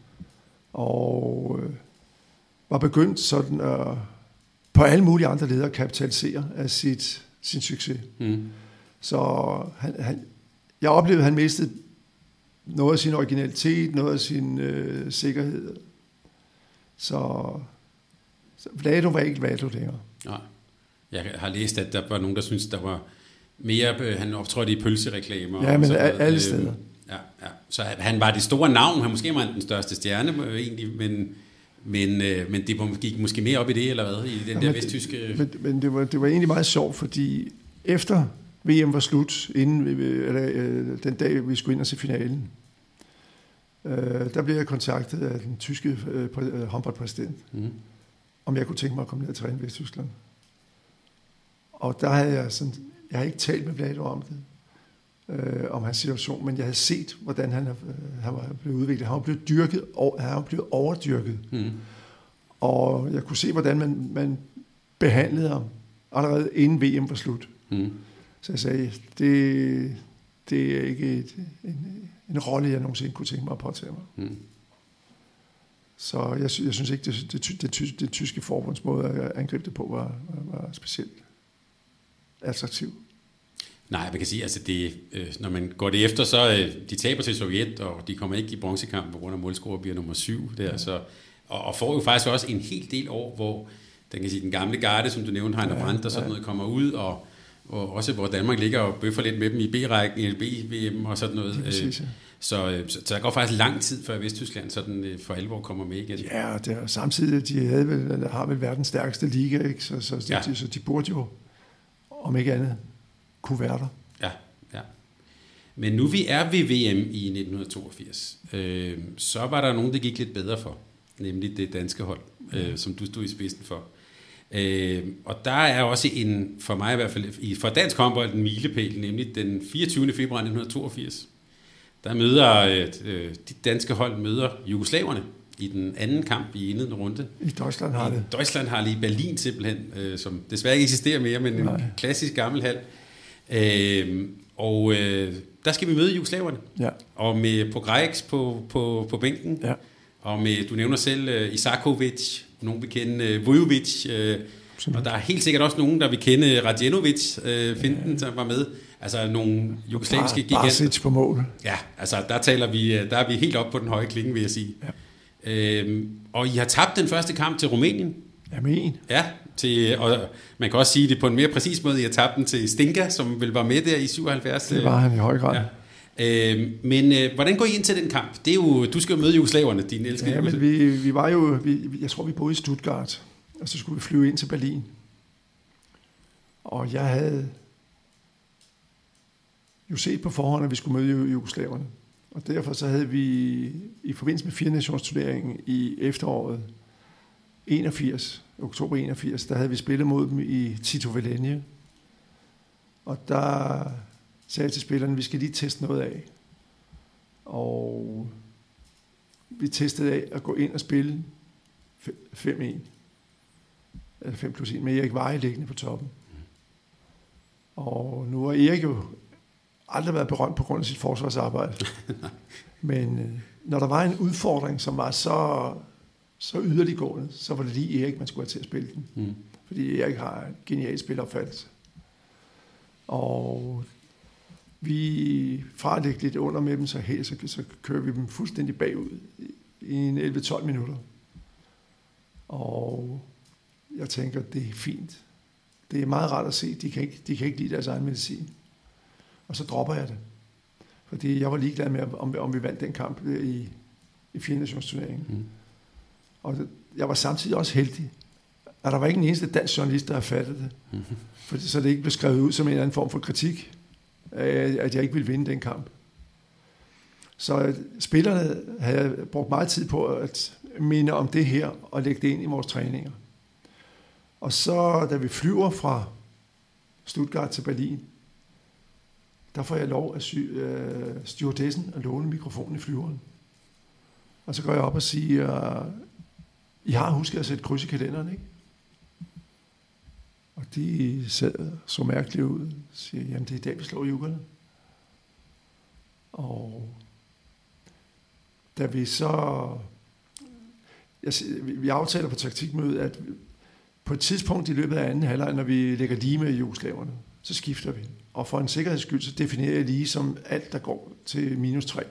Og øh, var begyndt sådan at på alle mulige andre ledere kapitalisere af sit, sin succes. Mm. Så han, han, jeg oplevede, at han mistede noget af sin originalitet, noget af sin øh, sikkerhed. Så, så Vlado var ikke Vlado længere. Nej. Jeg har læst, at der var nogen, der synes der var mere, øh, han optrådte i pølsereklamer. Ja, men alle steder. Øh, ja, ja. Så han var det store navn, han måske var den største stjerne øh, egentlig, men, men, øh, men det gik måske mere op i det, eller hvad, i den ja, der vesttyske... Men, men det, var, det var egentlig meget sjovt, fordi efter V M var slut, inden eller, øh, den dag, vi skulle ind og se finalen, øh, der blev jeg kontaktet af den tyske øh, håndboldpræsident, mm. om jeg kunne tænke mig at komme ned og træne i Vesttyskland. Og der havde jeg sådan, jeg har ikke talt med Vlado om det, øh, om hans situation, men jeg havde set, hvordan han, øh, han var blevet udviklet. Han var blevet dyrket, og han var blevet overdyrket. Mm. Og jeg kunne se, hvordan man, man behandlede ham allerede inden V M var slut. Mm. Så jeg sagde, det, det er ikke et, en, en rolle, jeg nogensinde kunne tænke mig at påtage mig. Mm. Så jeg, jeg synes ikke, det, det, det, det, det tyske forbundsmåde at angribe det på var, var, var specielt attraktiv. Nej, man kan sige, altså det, øh, når man går det efter, så øh, de taber til Sovjet, og de kommer ikke i bronzekampen på grund af målscorer, bliver nummer syv der, ja. så, og, og får jo faktisk også en hel del år, hvor den, kan sige, den gamle garde, som du nævnte, Heiner ja, Brandt og sådan ja. noget, kommer ud, og, og også hvor Danmark ligger og bøffer lidt med dem i B-rækken, i B-V M og sådan noget. Præcis, ja. Så, så, så der går faktisk lang tid, før Vesttyskland sådan for alvor kommer med igen. Ja, det er, samtidig de havde vel, har vel verdens stærkeste liga, ikke? Så, så, ja. de, så de burde jo, om ikke andet, kunne være der. Ja, ja. Men nu vi er ved V M i nitten toogfirs, øh, så var der nogen, der gik lidt bedre for, nemlig det danske hold, øh, ja. som du stod i spidsen for. Øh, og der er også en, for mig i hvert fald, for dansk håndbold, en milepæl, nemlig den fireogtyvende februar nitten toogfirs. Der møder øh, de danske hold møder jugoslaverne i den anden kamp i indledende runde. I Deutschlandhalle. I Deutschlandhalle i Berlin simpelthen, øh, som desværre ikke eksisterer mere, men Nej. en klassisk gammel hal. Øh, og øh, der skal vi møde jugoslaverne. Ja. Og med Pograjeks på, på, på bænken. Ja. Og med, du nævner selv, uh, Isakovic, nogen vil kende uh, Vujovic, uh, og der er helt sikkert også nogen, der vil kende Radjenovic, uh, Finten, ja. som var med. Altså nogle jugoslaviske giganter. Barsic på mål. Ja, altså der taler vi, der er vi helt op på den høje klinge, vil jeg sige. Ja. Øhm, og I har tabt den første kamp til Rumænien. Ja, med en. Ja, til, og man kan også sige det på en mere præcis måde. I har tabt den til Stinka, som vel var med der i syvoghalvfjerds. Det var han i høj grad. Ja. Øh, men øh, hvordan går I ind til den kamp? Det er jo, du skal jo møde jugoslaverne, dine elskede. Ja, men vi, vi var jo, vi, jeg tror vi boede i Stuttgart, og så skulle vi flyve ind til Berlin. Og jeg havde jo set på forhånd, at vi skulle møde jugoslaverne. Og derfor så havde vi i forbindelse med fire-nationsturneringen i efteråret enogfirs, oktober enogfirs, der havde vi spillet mod dem i Tito Velenje. Og der sagde jeg til spillerne, at vi skal lige teste noget af. Og vi testede af at gå ind og spille fem en. Eller fem plus en, med Erik Veje liggende på toppen. Og nu har Erik jo aldrig været berømt på grund af sit forsvarsarbejde. Men når der var en udfordring, som var så, så yderliggående, så var det lige Erik, man skulle have til at spille den. Mm. Fordi Erik har en genial spilopfattelse. Og vi fra at ligge lidt under med dem, så, helt, så, så kører vi dem fuldstændig bagud i, i en elleve tolv minutter. Og jeg tænker, det er fint. Det er meget rart at se, de kan ikke, de kan ikke lide deres egen medicin. Og så dropper jeg det. Fordi jeg var ligeglad med, om, om vi vandt den kamp i, i fire-nationsturneringen. Mm. Og jeg var samtidig også heldig, at der var ikke en eneste dansk journalist, der havde fattet det. Mm-hmm. For så det ikke blev skrevet ud som en eller anden form for kritik, at jeg ikke ville vinde den kamp. Så spillerne havde brugt meget tid på at minde om det her, og lægge det ind i vores træninger. Og så, da vi flyver fra Stuttgart til Berlin, der får jeg lov af sy- øh, stewardessen at låne mikrofonen i flyveren. Og så går jeg op og siger, I har husket at sætte kryds i kalenderen, ikke? Og de sad så mærkeligt ud og siger, jamen det er i dag, vi slår Jukkerne. Og da vi så... Jeg, vi aftaler på taktikmødet, at på et tidspunkt i løbet af anden halvleg, når vi lægger lige med jugoslaverne, så skifter vi. Og for en sikkerheds skyld, så definerer jeg lige som alt, der går til minus tre.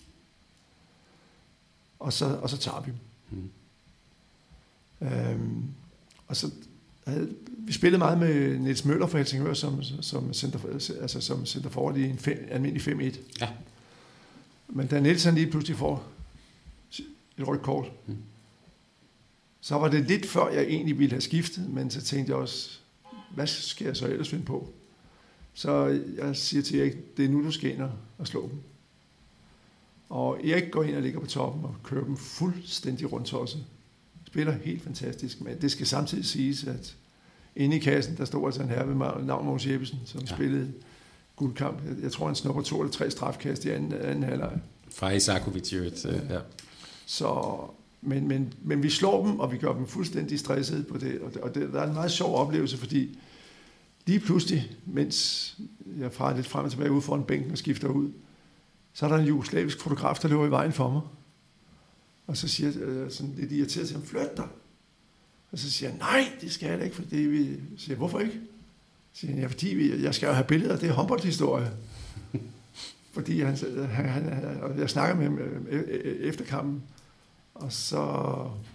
Og så, og så tager vi dem. Mm. Øhm, og så havde, vi spillede meget med Niels Møller fra Helsingør, som, som, center, altså som center forward i en fem, almindelig fem et. Ja. Men da Niels han lige pludselig får et rødt kort, mm. så var det lidt før, jeg egentlig ville have skiftet, men så tænkte jeg også, hvad skal jeg så ellers finde på? Så jeg siger til Erik, det er nu, du skal ind og slå dem. Og Erik går ind og ligger på toppen og kører dem fuldstændig rundt også. Spiller helt fantastisk, men det skal samtidig siges, at inde i kassen, der stod altså en herre ved navn Mogens Jeppesen, som ja. spillede guldkamp. Jeg tror, han snupper to eller tre strafkast i anden, anden halvleg. Fra Isakovic, ja. ja. Så, men, men, men vi slår dem, og vi gør dem fuldstændig stressede på det. Og, det, og det, der er en meget sjov oplevelse, fordi lige pludselig, mens jeg farer lidt frem og tilbage ude foran bænken og skifter ud, så er der en jugoslavisk fotograf, der løber i vejen for mig. Og så siger jeg sådan lidt irriteret til ham, flyt dig. Og så siger jeg, nej, det skal jeg da ikke, fordi vi... Så siger jeg, hvorfor ikke? Så siger jeg, ja, fordi vi, jeg skal jo have billeder, det er håndboldhistorie. Fordi han, han, han, og jeg snakker med ham efter kampen, og så,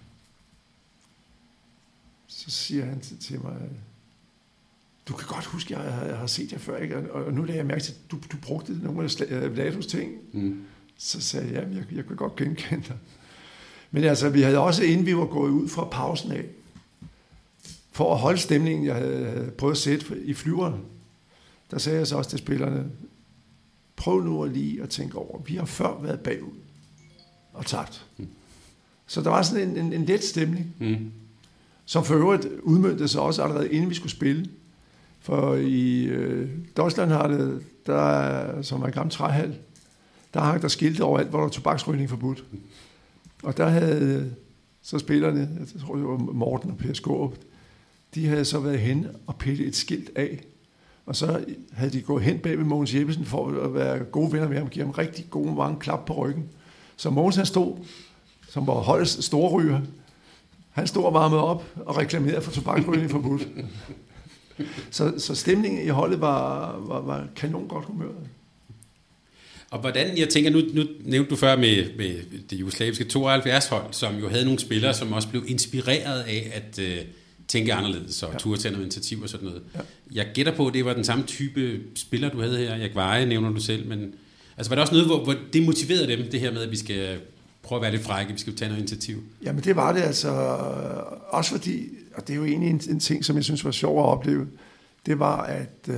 så siger han til, til mig, du kan godt huske, jeg har, jeg har set jer før, ikke? Og nu lader jeg mærke til, at du, du brugte nogle af Vlados ting. Mm. Så sagde jeg, jamen, jeg, jeg kan godt genkende dig. Men altså, vi havde også, inden vi var gået ud fra pausen af, for at holde stemningen, jeg havde, havde prøvet at sætte i flyveren, der sagde jeg så også til spillerne, prøv nu at lige at tænke over, vi har før været bagud og tabt. Mm. Så der var sådan en, en, en let stemning, mm. som for øvrigt udmøntede sig også allerede, inden vi skulle spille. For i øh, Deutschland har det, der, som er en gammel træhal, der hang der skilte overalt, hvor der var tobaksrygning forbudt. Og der havde så spillerne, jeg tror det var Morten og Per Skåb, de havde så været hen og pillet et skilt af. Og så havde de gået hen bag ved Mogens Jeppesen for at være gode venner med ham, og give ham rigtig gode mange klap på ryggen. Så Mogens han stod, som var holdets store ryger, han stod og varmede op og reklamerede for tobaksrygning forbudt. Så, så stemningen i holdet var, var, var kanon godt humør. Og hvordan, jeg tænker, nu, nu nævnte du før med, med det jugoslaviske tooghalvfjerds-hold, som jo havde nogle spillere, som også blev inspireret af at øh, tænke anderledes og ja. turde tage noget initiativ og sådan noget. Ja. Jeg gætter på, at det var den samme type spiller, du havde her. Jeg Veje nævner du selv, men altså, var det også noget, hvor, hvor det motiverede dem, det her med, at vi skal prøve at være lidt frække, vi skal tage noget initiativ? Jamen det var det altså, også fordi, og det er jo egentlig en, en ting, som jeg synes var sjov at opleve, det var, at øh,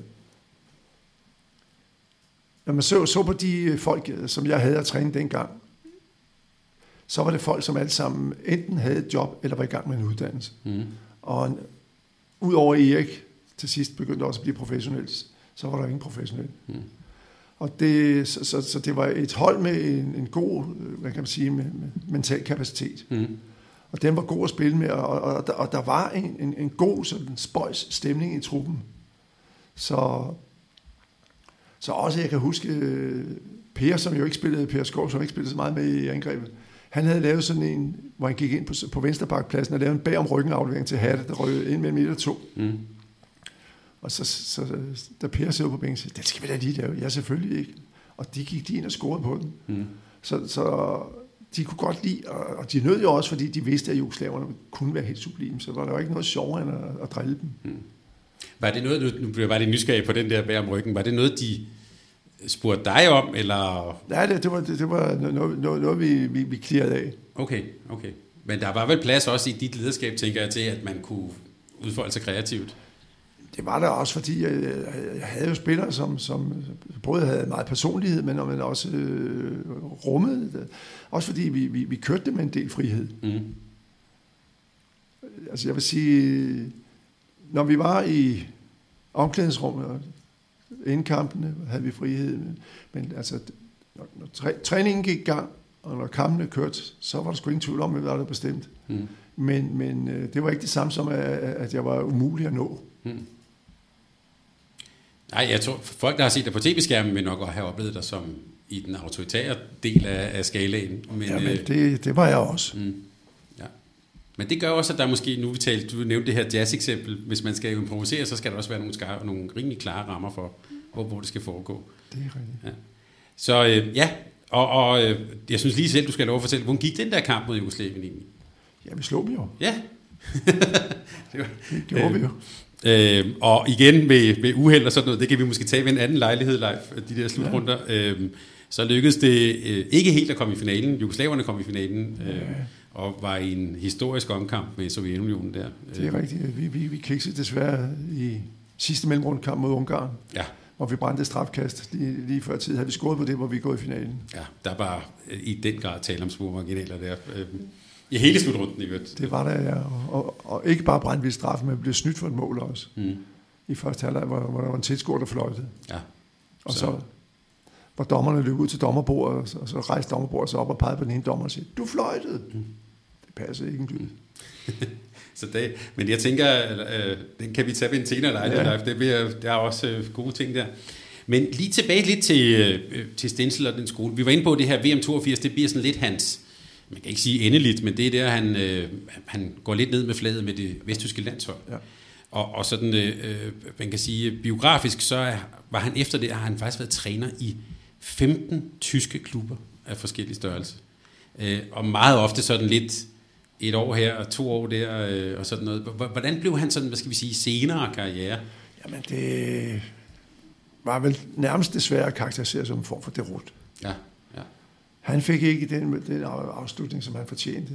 når man så, så på de folk, som jeg havde at træne dengang, så var det folk, som alle sammen enten havde et job, eller var i gang med en uddannelse. Mm. Og udover Erik til sidst begyndte også at blive professionelt, så var der ingen professionel. Mm. Og det, så, så, så det var et hold med en, en god, hvad kan man sige, med, med mental kapacitet. Mm. Og den var god at spille med, og, og, og, der, og der var en, en, en god sådan, spøjs stemning i truppen. Så, så også, jeg kan huske, Per, som jo ikke spillede, Per Skov, som ikke spillede så meget med i angrebet, han havde lavet sådan en, hvor han gik ind på, på venstrebackpladsen og lavede en bag om ryggen aflevering til Hatte, der røg ind mellem et og to. Mm. Og så, så da Per sidder på bænken, det skal vi da lige lave. Ja, selvfølgelig ikke. Og de gik de ind og scorede på den. Mm. Så, så de kunne godt lide, og de nød jo også, fordi de vidste, at jugoslaverne kunne være helt sublime, så var der jo ikke noget sjovere end at, at drille dem. Mm. Var det noget, nu bliver jeg bare lidt nysgerrig på den der bag om ryggen, var det noget, de spurgte dig om, eller? Nej, det, det var, det, det var noget, noget, noget vi, vi, vi klirrede af. Okay, okay. Men der var vel plads også i dit lederskab, tænker jeg, til, at man kunne udfolde sig kreativt? Det var der også, fordi jeg, jeg havde jo spillere, som, som både havde meget personlighed, men, men også øh, rummet. Også fordi vi, vi, vi kørte det med en del frihed. Mm. Altså jeg vil sige, når vi var i omklædningsrummet og inden kampene, havde vi frihed. Men, men altså, når, når træ, træningen gik i gang, og når kampene kørte, så var der sgu ingen tvivl om, hvad der var bestemt. Mm. Men, men det var ikke det samme som, at jeg var umulig at nå. Mm. Nej, jeg tror, folk, der har set dig på tv-skærmen, vil nok have oplevet dig som i den autoritære del af, af skalaen. Men, ja, men det, det var jeg også. Mm, ja. Men det gør også, at der måske, nu vi talte, du nævnte det her jazz-eksempel, hvis man skal improvisere, så skal der også være nogle, skar, nogle rimelig klare rammer for, hvor, hvor det skal foregå. Det er rigtigt. Ja. Så øh, ja, og, og øh, jeg synes lige selv, du skal have lov at fortælle, hvordan gik den der kamp mod Jugoslavien egentlig? Ja, vi slog dem jo. Ja. det, var, det gjorde øh, vi jo. Øh, og igen med, med uheld og sådan noget, det kan vi måske tage ved en anden lejlighed, live, de der slutrunder. Ja. Øh, så lykkedes det øh, ikke helt at komme i finalen. Jugoslaverne kom i finalen, øh, ja. og var i en historisk omkamp med Sovjetunionen der. Det er rigtigt. Vi, vi, vi kiksede desværre i sidste mellemrundkamp mod Ungarn, ja. hvor vi brændte strafkast lige, lige før tid. Havde vi scoret på det, hvor vi gået i finalen. Ja, der var i den grad tale om små marginaler der. Øh, I hele slutrunden i øvrigt. Det var der, ja. Og, og, og ikke bare brændte vi straf, men vi blev snydt for et mål også. Mm. I første halvleg, hvor, hvor der var en tilskuer, der fløjtede. Ja. Og så, så hvor dommerne løb ud til dommerbordet, og så, og så rejste dommerbordet sig op og pegede på den ene dommer og sagde, du fløjtede. Mm. Det passede ikke en lyd. Så det, men jeg tænker, øh, den kan vi tage ved en senere lejlighed. Ja. Det bliver, der er også øh, gode ting der. Men lige tilbage lidt til, øh, til Stenzel og den skole. Vi var inde på det her V M toogfirs, det bliver sådan lidt hans, man kan ikke sige endeligt, men det er der, han, øh, han går lidt ned med flaget med det vesttyske landshold. Ja. Og, og sådan, øh, man kan sige, biografisk, så er, var han efter det, har han faktisk været træner i femten tyske klubber af forskellige størrelse. Øh, og meget ofte sådan lidt et år her og to år der øh, og sådan noget. Hvordan blev han sådan, hvad skal vi sige, senere karriere? Jamen det var vel nærmest desværre karakteriseret som en form for derut. Ja, ja. Han fik ikke den, den afslutning, som han fortjente.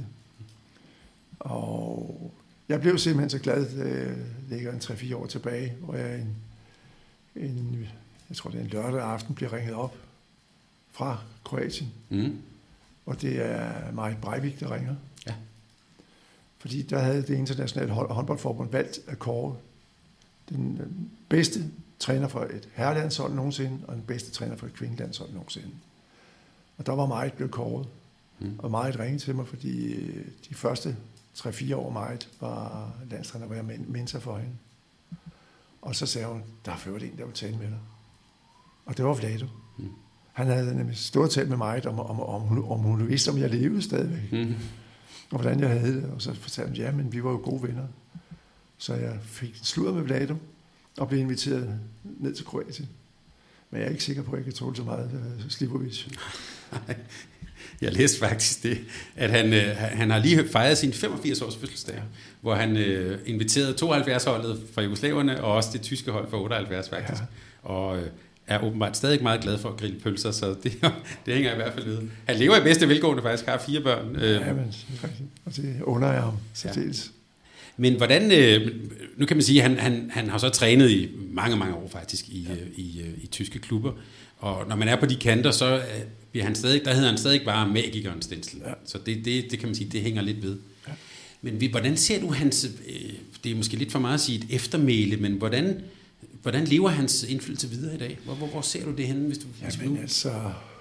Og jeg blev simpelthen så glad, det ligger en tre fire år tilbage, hvor jeg en, en, jeg tror det er en lørdag aften, bliver ringet op fra Kroatien. Mm. Og det er Marit Breivik, der ringer. Ja. Fordi der havde det internationale håndboldforbund valgt at kåre den bedste træner for et herrelandshold nogensinde, og den bedste træner for et kvindelandshold nogensinde. Og der var Marit blevet kåret. Mm. Og Marit ringede til mig, fordi de første tre fire år Marit var landstræner, hvor jeg mentor for hende. Og så sagde hun, der er ført en, der vil tale med dig. Og det var Vlado. Mm. Han havde nemlig stået og talt med Marit, om, om, om, hun, om hun vidste, om jeg levede stadigvæk. Mm. Og hvordan jeg havde det. Og så fortalte hun, ja, men vi var jo gode venner. Så jeg fik sludder med Vlado, og blev inviteret ned til Kroatien. Men jeg er ikke sikker på, at jeg kan tåle så meget uh, Slivovic. Jeg læste faktisk det, at han, øh, han har lige fejret sin femogfirs års fødselsdag, ja. hvor han øh, inviterede tooghalvfjerds-holdet fra Jugoslaverne, og også det tyske hold fra otteoghalvfjerds faktisk. Ja. Og øh, er åbenbart stadig meget glad for at grille pølser, så det, det hænger i hvert fald ved. Han lever i bedste velgående faktisk, har fire børn. Øh. Ja, men og det under jeg ham særdeles. Ja. Men hvordan, øh, nu kan man sige, at han, han, han har så trænet i mange, mange år faktisk i, ja. i, i, i tyske klubber. Og når man er på de kanter, så øh, bliver han stadig, der hedder han stadig bare magikeren Stenzel. Ja. Så det, det, det kan man sige, det hænger lidt ved. Ja. Men vi, hvordan ser du hans, øh, det er måske lidt for meget at sige et eftermæle, men hvordan, hvordan lever hans indflydelse videre i dag? Hvor, hvor, hvor ser du det henne, hvis du... Ja, men altså...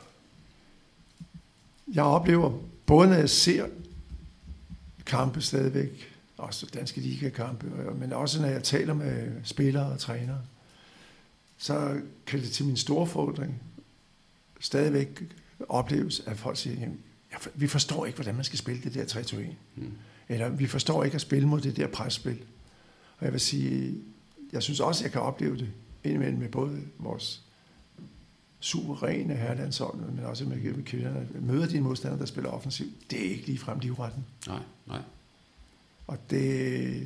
Jeg oplever, både når jeg ser kampe stadigvæk, også danske ligakampe, men også når jeg taler med spillere og trænere, så kan det til min store fordring stadigvæk opleves, at folk siger, jamen, vi forstår ikke, hvordan man skal spille det der tre to en. Mm. Eller vi forstår ikke at spille mod det der presspil. Og jeg vil sige, jeg synes også, jeg kan opleve det indimellem med både vores suveræne herrelandshold, men også med, med kvinderne. Møder de modstandere, der spiller offensivt, det er ikke ligefrem livretten. Nej, nej. Og det...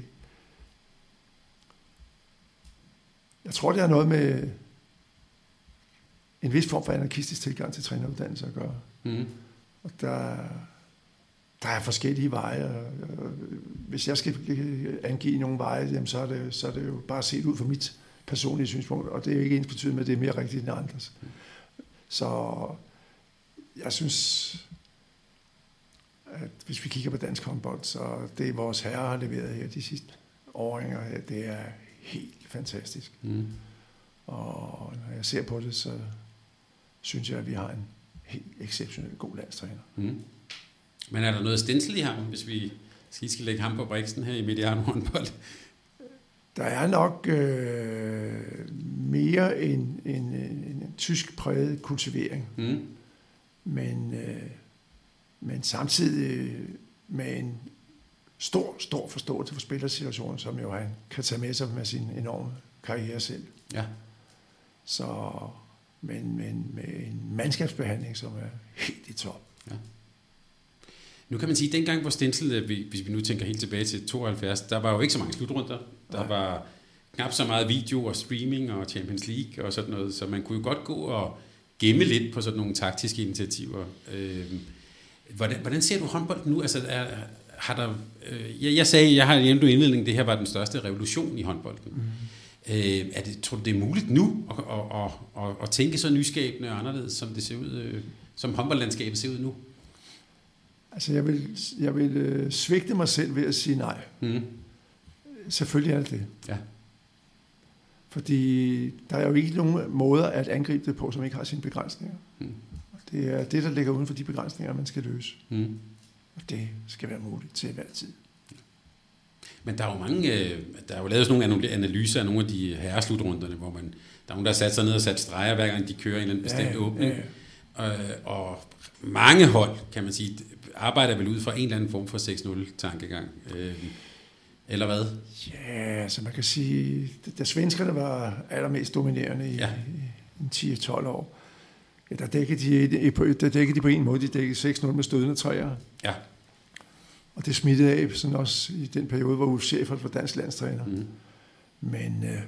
Jeg tror, det er noget med en vis form for anarkistisk tilgang til træneruddannelse at gøre. Mm. Og der, der er forskellige veje. Hvis jeg skal angive nogle veje, jamen så, er det, så er det jo bare set ud fra mit personlige synspunkt, og det er jo ikke ens betydende med, at det er mere rigtigt end andres. Mm. Så jeg synes, at hvis vi kigger på dansk håndbold, så det vores herrer har leveret her de sidste åringer her, det er helt fantastisk. Mm. Og når jeg ser på det, så synes jeg, at vi har en helt exceptionelt god landstræner. Mm. Men er der noget Stenzel i ham, hvis vi skal lægge ham på briksen her i Mediano håndbold? Der er nok øh, mere en, en, en, en tysk præget kultivering, mm. men, øh, men samtidig med en stor, stor forståelse for spillersituationen, som jo han kan tage med sig med sin enorme karriere selv. Ja. Så, men, men med en mandskabsbehandling, som er helt i top. Ja. Nu kan man sige, at dengang hvor Stenzel, hvis vi nu tænker helt tilbage til tooghalvfjerds, der var jo ikke så mange slutrunder. Der Nej. var knap så meget video og streaming og Champions League og sådan noget, så man kunne jo godt gå og gemme lidt på sådan nogle taktiske initiativer. Hvordan, hvordan ser du håndbolden nu? Altså, er, har der, jeg, jeg sagde, jeg har hjemme du indledning, det her var den største revolution i håndbolden. Mm. Øh, er det, tror du, det er muligt nu at, at, at, at, at tænke så nyskabende og anderledes, som det ser ud, som håndboldlandskabet ser ud nu? Altså, jeg vil, jeg vil øh, svigte mig selv ved at sige nej. Mm. Selvfølgelig er det det. Ja. Fordi der er jo ikke nogen måder at angribe det på, som ikke har sine begrænsninger. Mm. Det er det, der ligger uden for de begrænsninger, man skal løse. Mm. Og det skal være muligt til hver tid. Men der er jo mange, der er jo lavet sådan nogle analyser af nogle af de herreslutrunderne, hvor man, der er nogen, der har sat sig ned og sat streger, hver gang de kører en eller anden bestemt ja, åbning. Ja, ja. Og, og mange hold, kan man sige, arbejder vel ud fra en eller anden form for seks nul tankegang. Eller hvad? Ja, altså man kan sige, da svenskerne var allermest dominerende i, ja. i ti til tolv år, ja, der dækkede de, der dækkede de på en måde, de dækkede seks nul med stødende træer. Ja. Og det smittede af sådan også i den periode, hvor U F C var dansk landstræner. Mm. Men øh,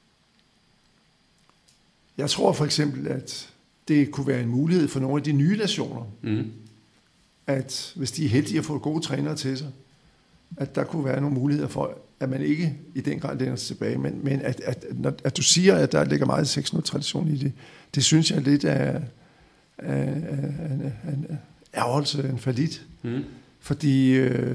jeg tror for eksempel, at det kunne være en mulighed for nogle af de nye nationer, mm. at hvis de er heldige at få gode trænere til sig, at der kunne være nogle muligheder for, at man ikke i den grad læner sig tilbage, men, men at, at, at, at du siger, at der ligger meget seks nul tradition i det, det synes jeg lidt er en ærgelse, en fallit. Mm. Fordi øh,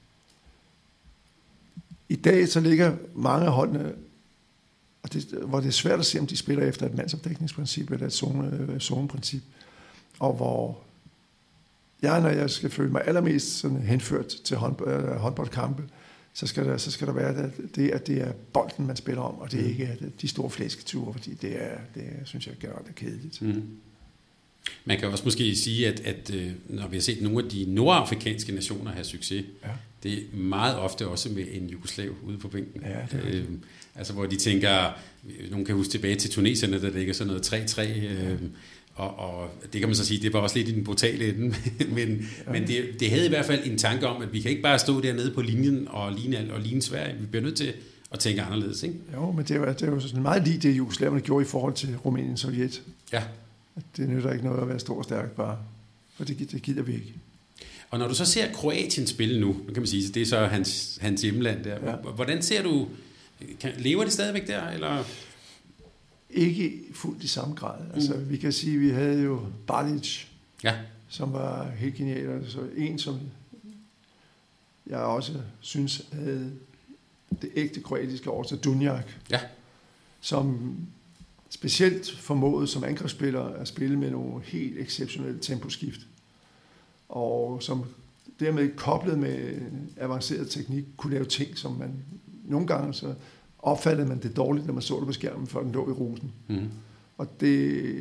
i dag så ligger mange af holdene, og det, hvor det er svært at se, om de spiller efter et mandsopdækningsprincip eller et zone, zoneprincip, og hvor jeg, når jeg skal føle mig allermest sådan henført til håndbold, håndboldkampe, så skal der, så skal der være det, at det er bolden, man spiller om, og det er ikke de store flæsketure, fordi det er, det er, synes jeg, generelt er kedeligt. Mm. Man kan også måske sige, at, at når vi har set nogle af de nordafrikanske nationer have succes, ja. Det er meget ofte også med en jugoslav ude på bænken. Ja, øh, altså hvor de tænker, nogen kan huske tilbage til Tuneserne, der ligger sådan noget tre tre, øh, ja. og, og det kan man så sige, det var også lidt i den brutale ende, men, ja. men det, det havde i hvert fald en tanke om, at vi kan ikke bare stå dernede på linjen og ligne, og ligne Sverige, vi bliver nødt til at tænke anderledes, ikke? Jo, men det er, det er jo sådan meget lige det, jugoslaverne gjorde i forhold til Rumænien og Sovjet. Ja. Det nytter ikke noget at være stor og stærk bare, for det, det gider vi ikke. Og når du så ser Kroatien spille nu, nu kan man sige, det er så hans, hans hjemland der. Ja. Hvordan ser du, kan, lever det stadigvæk der, eller? Ikke fuldt i samme grad. Mm. Altså, vi kan sige, at vi havde jo Balic, ja. Som var helt genial. Altså, en, som jeg også synes havde det ægte kroatiske år, så Dunjak, ja. Som specielt formåede som angrebsspiller at spille med nogle helt exceptionelle temposkift. Og som dermed koblet med avanceret teknik kunne lave ting, som man nogle gange så opfattede man det dårligt, når man så det på skærmen, før den lå i rusen. Mm. Og det...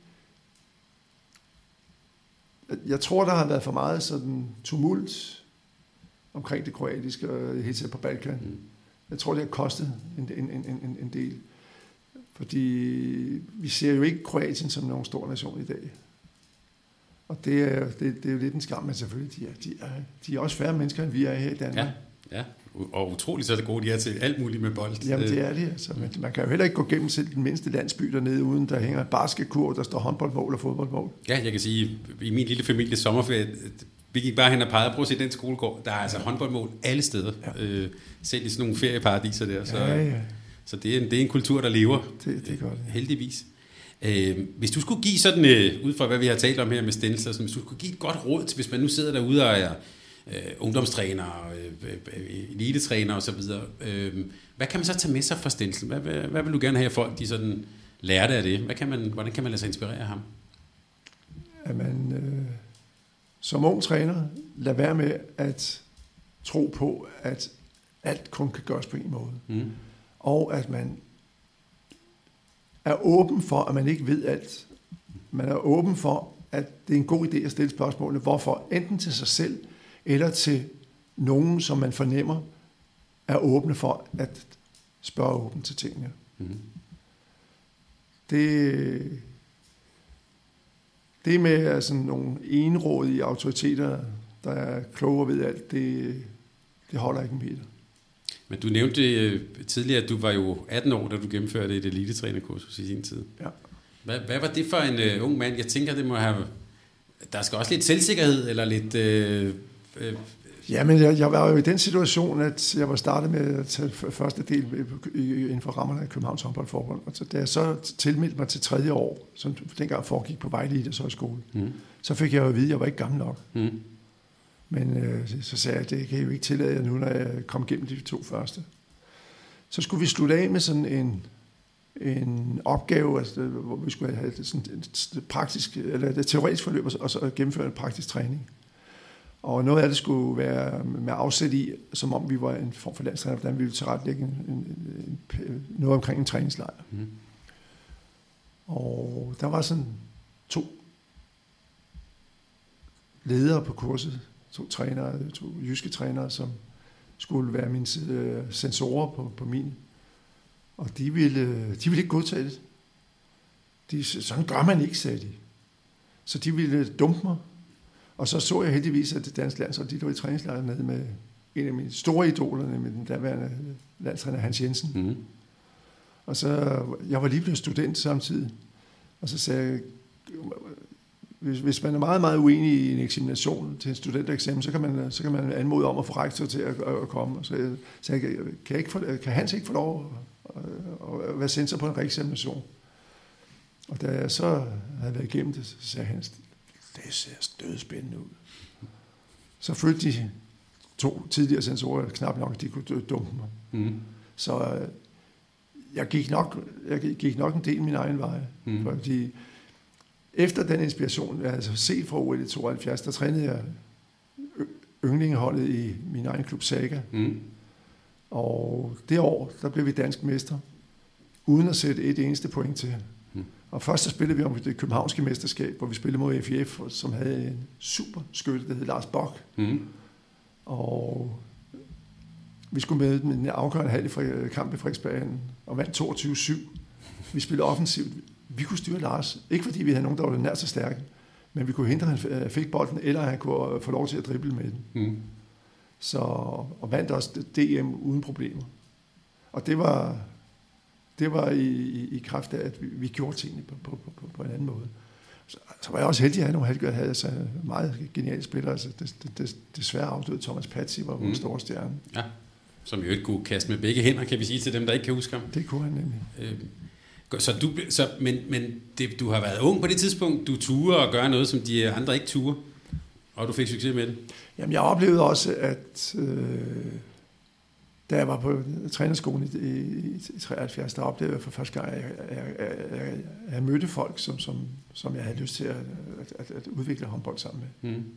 Jeg tror, der har været for meget sådan tumult omkring det kroatiske og helt tæt på Balkan. Mm. Jeg tror, det har kostet en, en, en, en del. Fordi vi ser jo ikke Kroatien som nogen stor nation i dag. Og det er, det, det er jo lidt en skam, men selvfølgelig, de er, de, er, de er også færre mennesker, end vi er her i Danmark. Ja, ja. Og utroligt så er det gode, de er til alt muligt med bold. Jamen det er det, altså. Men man kan jo heller ikke gå gennem selv den mindste landsby dernede, uden der hænger basketkur, der står håndboldmål og fodboldmål. Ja, jeg kan sige, i min lille families sommerferie, vi gik bare hen og pegede, prøv at se den skolegård, der er altså håndboldmål alle steder. Ja. Øh, selv i sådan nogle ferieparadiser der. Så, ja, ja. Så det er, en, det er en kultur, der lever. Det, det gør det. Heldigvis. Øh, hvis du skulle give sådan, øh, ud fra hvad vi har talt om her med Stenzel, hvis du skulle give et godt råd til, hvis man nu sidder derude og er øh, ungdomstræner, øh, øh, elitetræner og så videre, øh, hvad kan man så tage med sig fra Stenzel? Hvad, hvad, hvad vil du gerne have, at folk de sådan lærte af det? Hvad kan man, hvordan kan man lade sig inspirere af ham? at man øh, som ung træner lader være med at tro på, at alt kun kan gøres på en måde. Mm. Og at man er åben for, at man ikke ved alt. Man er åben for, at det er en god idé at stille spørgsmålene, hvorfor, enten til sig selv, eller til nogen, som man fornemmer, er åbne for at spørge åbent til tingene. Mm. Det, det med altså, nogle enrådige autoriteter, der er kloge og ved alt, det, det holder ikke en meter. Men du nævnte tidligere, at du var jo atten år, da du gennemførte et elitetrænerkursus i sin tid. Ja. Hvad, hvad var det for en uh, ung mand? Jeg tænker, det må have... Der skal også lidt selvsikkerhed, eller lidt... Øh, øh, Jamen, jeg, jeg var jo i den situation, at jeg var startet med at tage første del inden for rammerne af Københavns Håndboldforbund. Og så, da jeg så tilmeldte mig til tredje år, som dengang foregik på Vejle Idrætshøjskole, mm. så fik jeg jo at vide, at jeg var ikke gammel nok. Mm. Men øh, så sagde jeg, at det kan jeg jo ikke tillade jer nu, når jeg kom gennem de to første. Så skulle vi slutte af med sådan en, en opgave, altså, hvor vi skulle have sådan et praktisk, eller et teoretisk forløb, og så gennemføre en praktisk træning. Og noget af det skulle være med afsæt i, som om vi var en form for landstræner, hvordan vi ville tilrettelægge en, en, en, noget omkring en træningslejr. Mm. Og der var sådan to ledere på kurset, to trænere, to jyske trænere, som skulle være mine øh, sensorer på, på min. Og de ville, de ville ikke godtage det. De, sådan gør man ikke, sagde de. Så de ville dumpe mig. Og så så jeg heldigvis, at det danske landshold, de lå i træningslejr nede med en af mine store idoler, med den daværende landstræner Hans Jensen. Mm. Og så, jeg var lige blevet student samtidig. Og så sagde jeg, hvis, hvis man er meget, meget uenig i en eksamination til en studentereksamen, så kan man, så kan man anmode om at få rektor til at, at komme. Og så jeg sagde, kan, jeg ikke få, kan Hans ikke få lov at, at, at være censor på en reeksamination? Og da jeg så havde været igennem det, så sagde Hans, det ser dødspændende ud. Så følte de to tidligere sensorer knap nok, at de kunne dumpe mig. Mm. Så jeg gik, nok, jeg gik nok en del min egen vej. Mm. Fordi efter den inspiration, jeg havde set fra O L i tooghalvfjerds, der trænede jeg yndlingeholdet i min egen klub Saga. Mm. Og det år, der blev vi dansk mester, uden at sætte et eneste point til. Og først så spillede vi om det københavnske mesterskab, hvor vi spillede mod F I F, som havde en super skytte, der hed Lars Bock. Mm. Og vi skulle med den afgørende halv i kamp i Frederiksberg og vandt toogtyve syv. Vi spillede offensivt. Vi kunne styre Lars. Ikke fordi vi havde nogen, der var nær så stærke, men vi kunne hindre, at han fik bolden, eller han kunne få lov til at drible med den. Mm. Så, og vandt også D M uden problemer. Og det var... Det var i, i, i kraft af, at vi, vi gjorde tingene på, på, på, på en anden måde. Så, så var jeg også heldig, at nogle heldige havde så meget geniale spillere. Altså, det, det, det, desværre afdøde Thomas Patzi var vores mm. store stjerne. Ja, som jo ikke kunne kaste med begge hænder, kan vi sige til dem, der ikke kan huske ham. Det kunne han nemlig. Øh, så du, så, men men det, du har været ung på det tidspunkt. Du turde at gøre noget, som de andre ikke turde. Og du fik succes med det. Jamen, jeg oplevede også, at... Øh, da jeg var på trænerskolen i, i, i treoghalvfjerds, der oplevede jeg for første gang, at jeg, jeg, jeg, jeg, jeg mødte folk, som, som, som jeg havde lyst til at, at, at udvikle håndbold sammen med. Mm.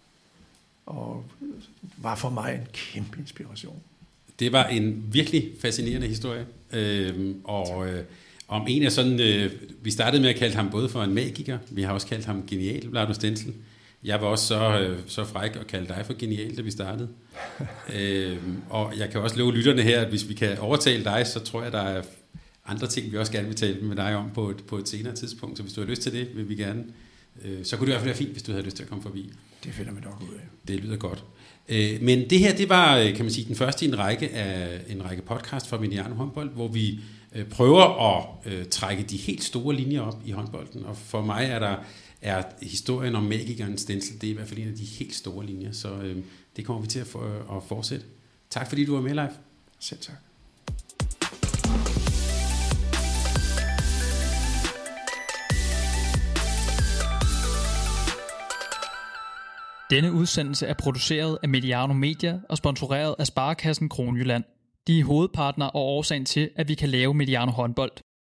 Og var for mig en kæmpe inspiration. Det var en virkelig fascinerende historie. Øhm, og øh, om en af sådan... Øh, vi startede med at kalde ham både for en magiker. Vi har også kaldt ham genial, Vlado Stenzel. Jeg var også så, øh, så fræk og kaldte dig for genial, da vi startede. øhm, og jeg kan også love lytterne her, at hvis vi kan overtale dig, så tror jeg, der er andre ting, vi også gerne vil tale med dig om på et, på et senere tidspunkt. Så hvis du har lyst til det, vil vi gerne. Øh, så kunne det i hvert fald være fint, hvis du havde lyst til at komme forbi. Det finder vi nok ud af. Det lyder godt. Øh, men det her, det var, kan man sige, den første i en række, af, en række podcast fra Mediano Håndbold, hvor vi øh, prøver at øh, trække de helt store linjer op i håndbolden. Og for mig er der er historien om magikeren Stenzel, det er i hvert fald en af de helt store linjer, så øh, det kommer vi til at, for, at fortsætte. Tak fordi du var med, Leif. Selv tak. Denne udsendelse er produceret af Mediano Media og sponsoreret af Sparekassen Kronjylland. De er hovedpartner og årsagen til, at vi kan lave Mediano Håndbold.